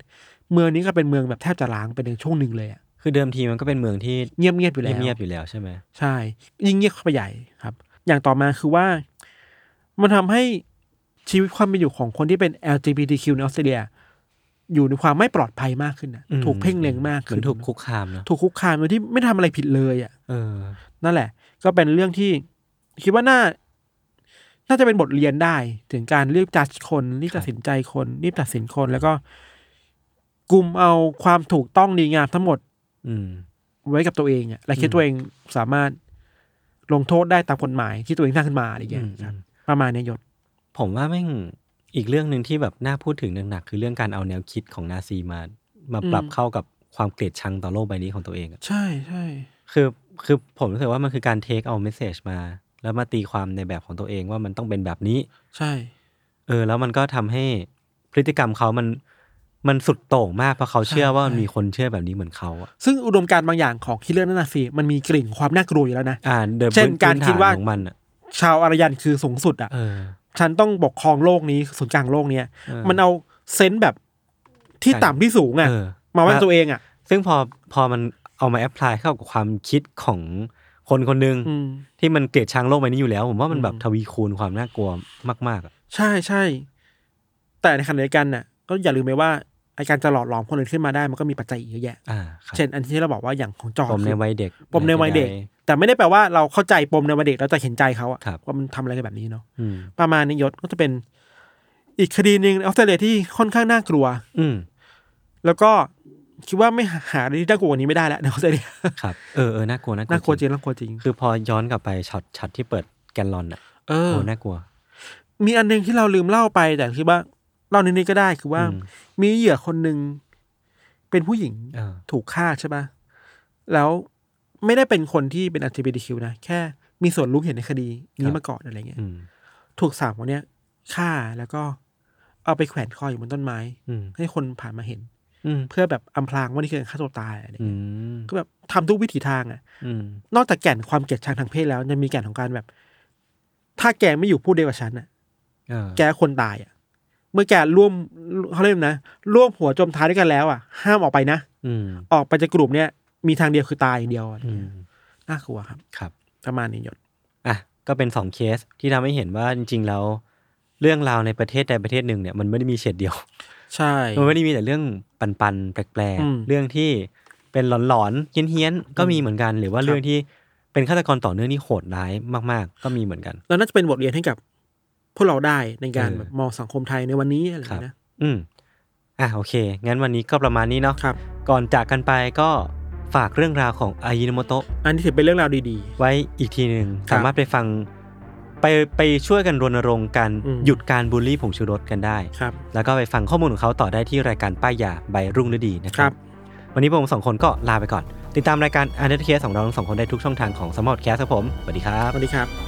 เมืองนี้ก็เป็นเมืองแบบแทบจะล้างไปในช่วงหนึ่งเลยอ่ะคือเดิมทีมันก็เป็นเมืองที่เงียบๆอยู่แล้วเงียบๆอยู่แล้วใช่ไหมใช่ยิ่งเงียบเข้าไปใหญ่ครับอย่างต่อมาคือว่ามันทำให้ชีวิตความเป็นอยู่ของคนที่เป็น แอล จี บี ที คิว ในออสเตรเลียอยู่ในความไม่ปลอดภัยมากขึ้นนะถูกเพ่งเล็งมากขึ้นถูกคุกคามเนาะถูกคุกคามโดยที่ไม่ทำอะไรผิดเลยอ่ะเออนั่นแหละก็เป็นเรื่องที่คิดว่าน่าน่าจะเป็นบทเรียนได้ถึงการรีบจัดคนรีบตัดสินใจคนรีบตัดสินคนแล้วก็กุมเอาความถูกต้องดีงามทั้งหมดไว้กับตัวเองอ่ะและคิดตัวเองสามารถลงโทษได้ตามกฎหมายที่ตัวเองสร้างขึ้นมาอะไรอย่างเงี้ยประมาณนี้ยศผมว่าแม่งอีกเรื่องนึงที่แบบน่าพูดถึงหนักๆคือเรื่องการเอาแนวคิดของนาซีมามาปรับเข้ากับความเกลียดชังต่อโลกใบนี้ของตัวเองใช่ใช่คือคือผมรู้สึกว่ามันคือการเทคเอาเมสเสจมาแล้วมาตีความในแบบของตัวเองว่ามันต้องเป็นแบบนี้ใช่เออแล้วมันก็ทำให้พฤติกรรมเขามันมันสุดโต่งมากเพราะเขาเชื่อว่ามันมีคนเชื่อแบบนี้เหมือนเขาอ่ะซึ่งอุดมการณ์บางอย่างของคิดเรื่องนาซีมันมีกลิ่นความน่ากลัวอยู่แล้วนะอ่าเช่นการคิดว่าของมันอ่ะชาวอารยันคือสูงสุดอ่ะฉันต้องปกครองโลกนี้ศูนย์กลางโลกเนี้ยมันเอาเซนส์แบบที่ต่ำที่สูงอ่ะมาไว้ตัวเองอ่ะซึ่งพอพอมันเอามาแอพพลายเข้ากับความคิดของคนคนนึงที่มันเกลียดชังโลกใบนี้อยู่แล้วผมว่ามันแบบทวีคูณความน่ากลัวมากๆอ่ะใช่ใช่แต่ในขณะเดียวกันน่ะก็อย่าลืมไปว่าไอการจะหล่อหลอมคนอื่นขึ้นมาได้มันก็มีปัจจัยอีกเยอะแยะเช่นอันที่เราบอกว่าอย่างของจอร์จปมในวัยเด็กปมในวัยเด็กแต่ไม่ได้แปลว่าเราเข้าใจปมในวัยเด็กเราจะเห็นใจเขาอะว่ามันทำอะไรกันแบบนี้เนาะประมาณนี้ยศก็จะเป็นอีกคดีนึงในออสเตรเลียที่ค่อนข้างน่ากลัวอืมแล้วก็คิดว่าไม่หาอะไรที่น่ากลัวกว่านี้ไม่ได้แล้วในออสเตรเลียครับเออเออน่ากลัวน่ากลัวน่ากลัวจริงน่ากลัวจริงคือพอย้อนกลับไปช็อตช็อตที่เปิดแกนลอนอ่ะเออโอ้น่ากลัวมีอันนึงที่เราลืมเล่าไปแต่คิดว่าเล่าในนี้ก็ได้คือว่ามีเหยื่อคนนึงเป็นผู้หญิงถูกฆ่าใช่ป่ะแล้วไม่ได้เป็นคนที่เป็น แอล จี บี ที คิว นะแค่มีส่วนรู้เห็นในคดีนี้มาก่อนอะไรเงี้ยถูกสามคนเนี้ยฆ่าแล้วก็เอาไปแขวนคออยู่บนต้นไม้ให้คนผ่านมาเห็นเพื่อแบบอำพรางว่านี่คือการฆ่าตัวตายอะไรเงี้ยก็แบบทำทุกวิถีทางอ่ะนอกจากแก่นความเกลียดชังทางเพศแล้วยังมีแก่นของการแบบถ้าแกไม่อยู่พูดเดียวกับฉันอ่ะแกคนตายอ่ะเมื่อแกร่วมเขาเรียกนะร่วมหัวจมท้ายด้วยกันแล้วอ่ะห้ามออกไปนะออกไปจากกลุ่มเนี้ยมีทางเดียวคือตายอย่างเดียวน่ากลัวครับครับประมาณนี้ยศอ่ะก็เป็นสองเคสที่ทำให้เห็นว่าจริงๆแล้วเรื่องราวในประเทศใดประเทศหนึ่งเนี่ยมันไม่ได้มีเฉดเดียวใช่มันไม่ได้มีแต่เรื่องปันๆแปลกๆเรื่องที่เป็นหลอนๆเฮี้ยนๆก็มีเหมือนกันหรือว่าเรื่องที่เป็นฆาตกรต่อเนื่องที่โหดร้ายมากๆก็มีเหมือนกันแล้วน่าจะเป็นบทเรียนให้กับพวกเราได้ในการแบบมองสังคมไทยในวันนี้อะไรนะอืมอ่ะโอเคงั้นวันนี้ก็ประมาณนี้เนาะครับก่อนจากกันไปก็ฝากเรื่องราวของอายิโนโมโตะอันนี้ถือเป็นเรื่องราวดีๆไว้อีกทีนึงสามารถไปฟังไปไปช่วยกันรณรงค์กันหยุดการบูลลี่ผงชูรสกันได้ครับแล้วก็ไปฟังข้อมูลของเขาต่อได้ที่รายการป้ายยาใบรุ่งฤดีนะครับวันนี้ผมสองคนก็ลาไปก่อนติดตามรายการ Untitled Case ของเราทั้งสองคนได้ทุกช่องทางของ Smart Cast ครับผมสวัสดีครับสวัสดีครับ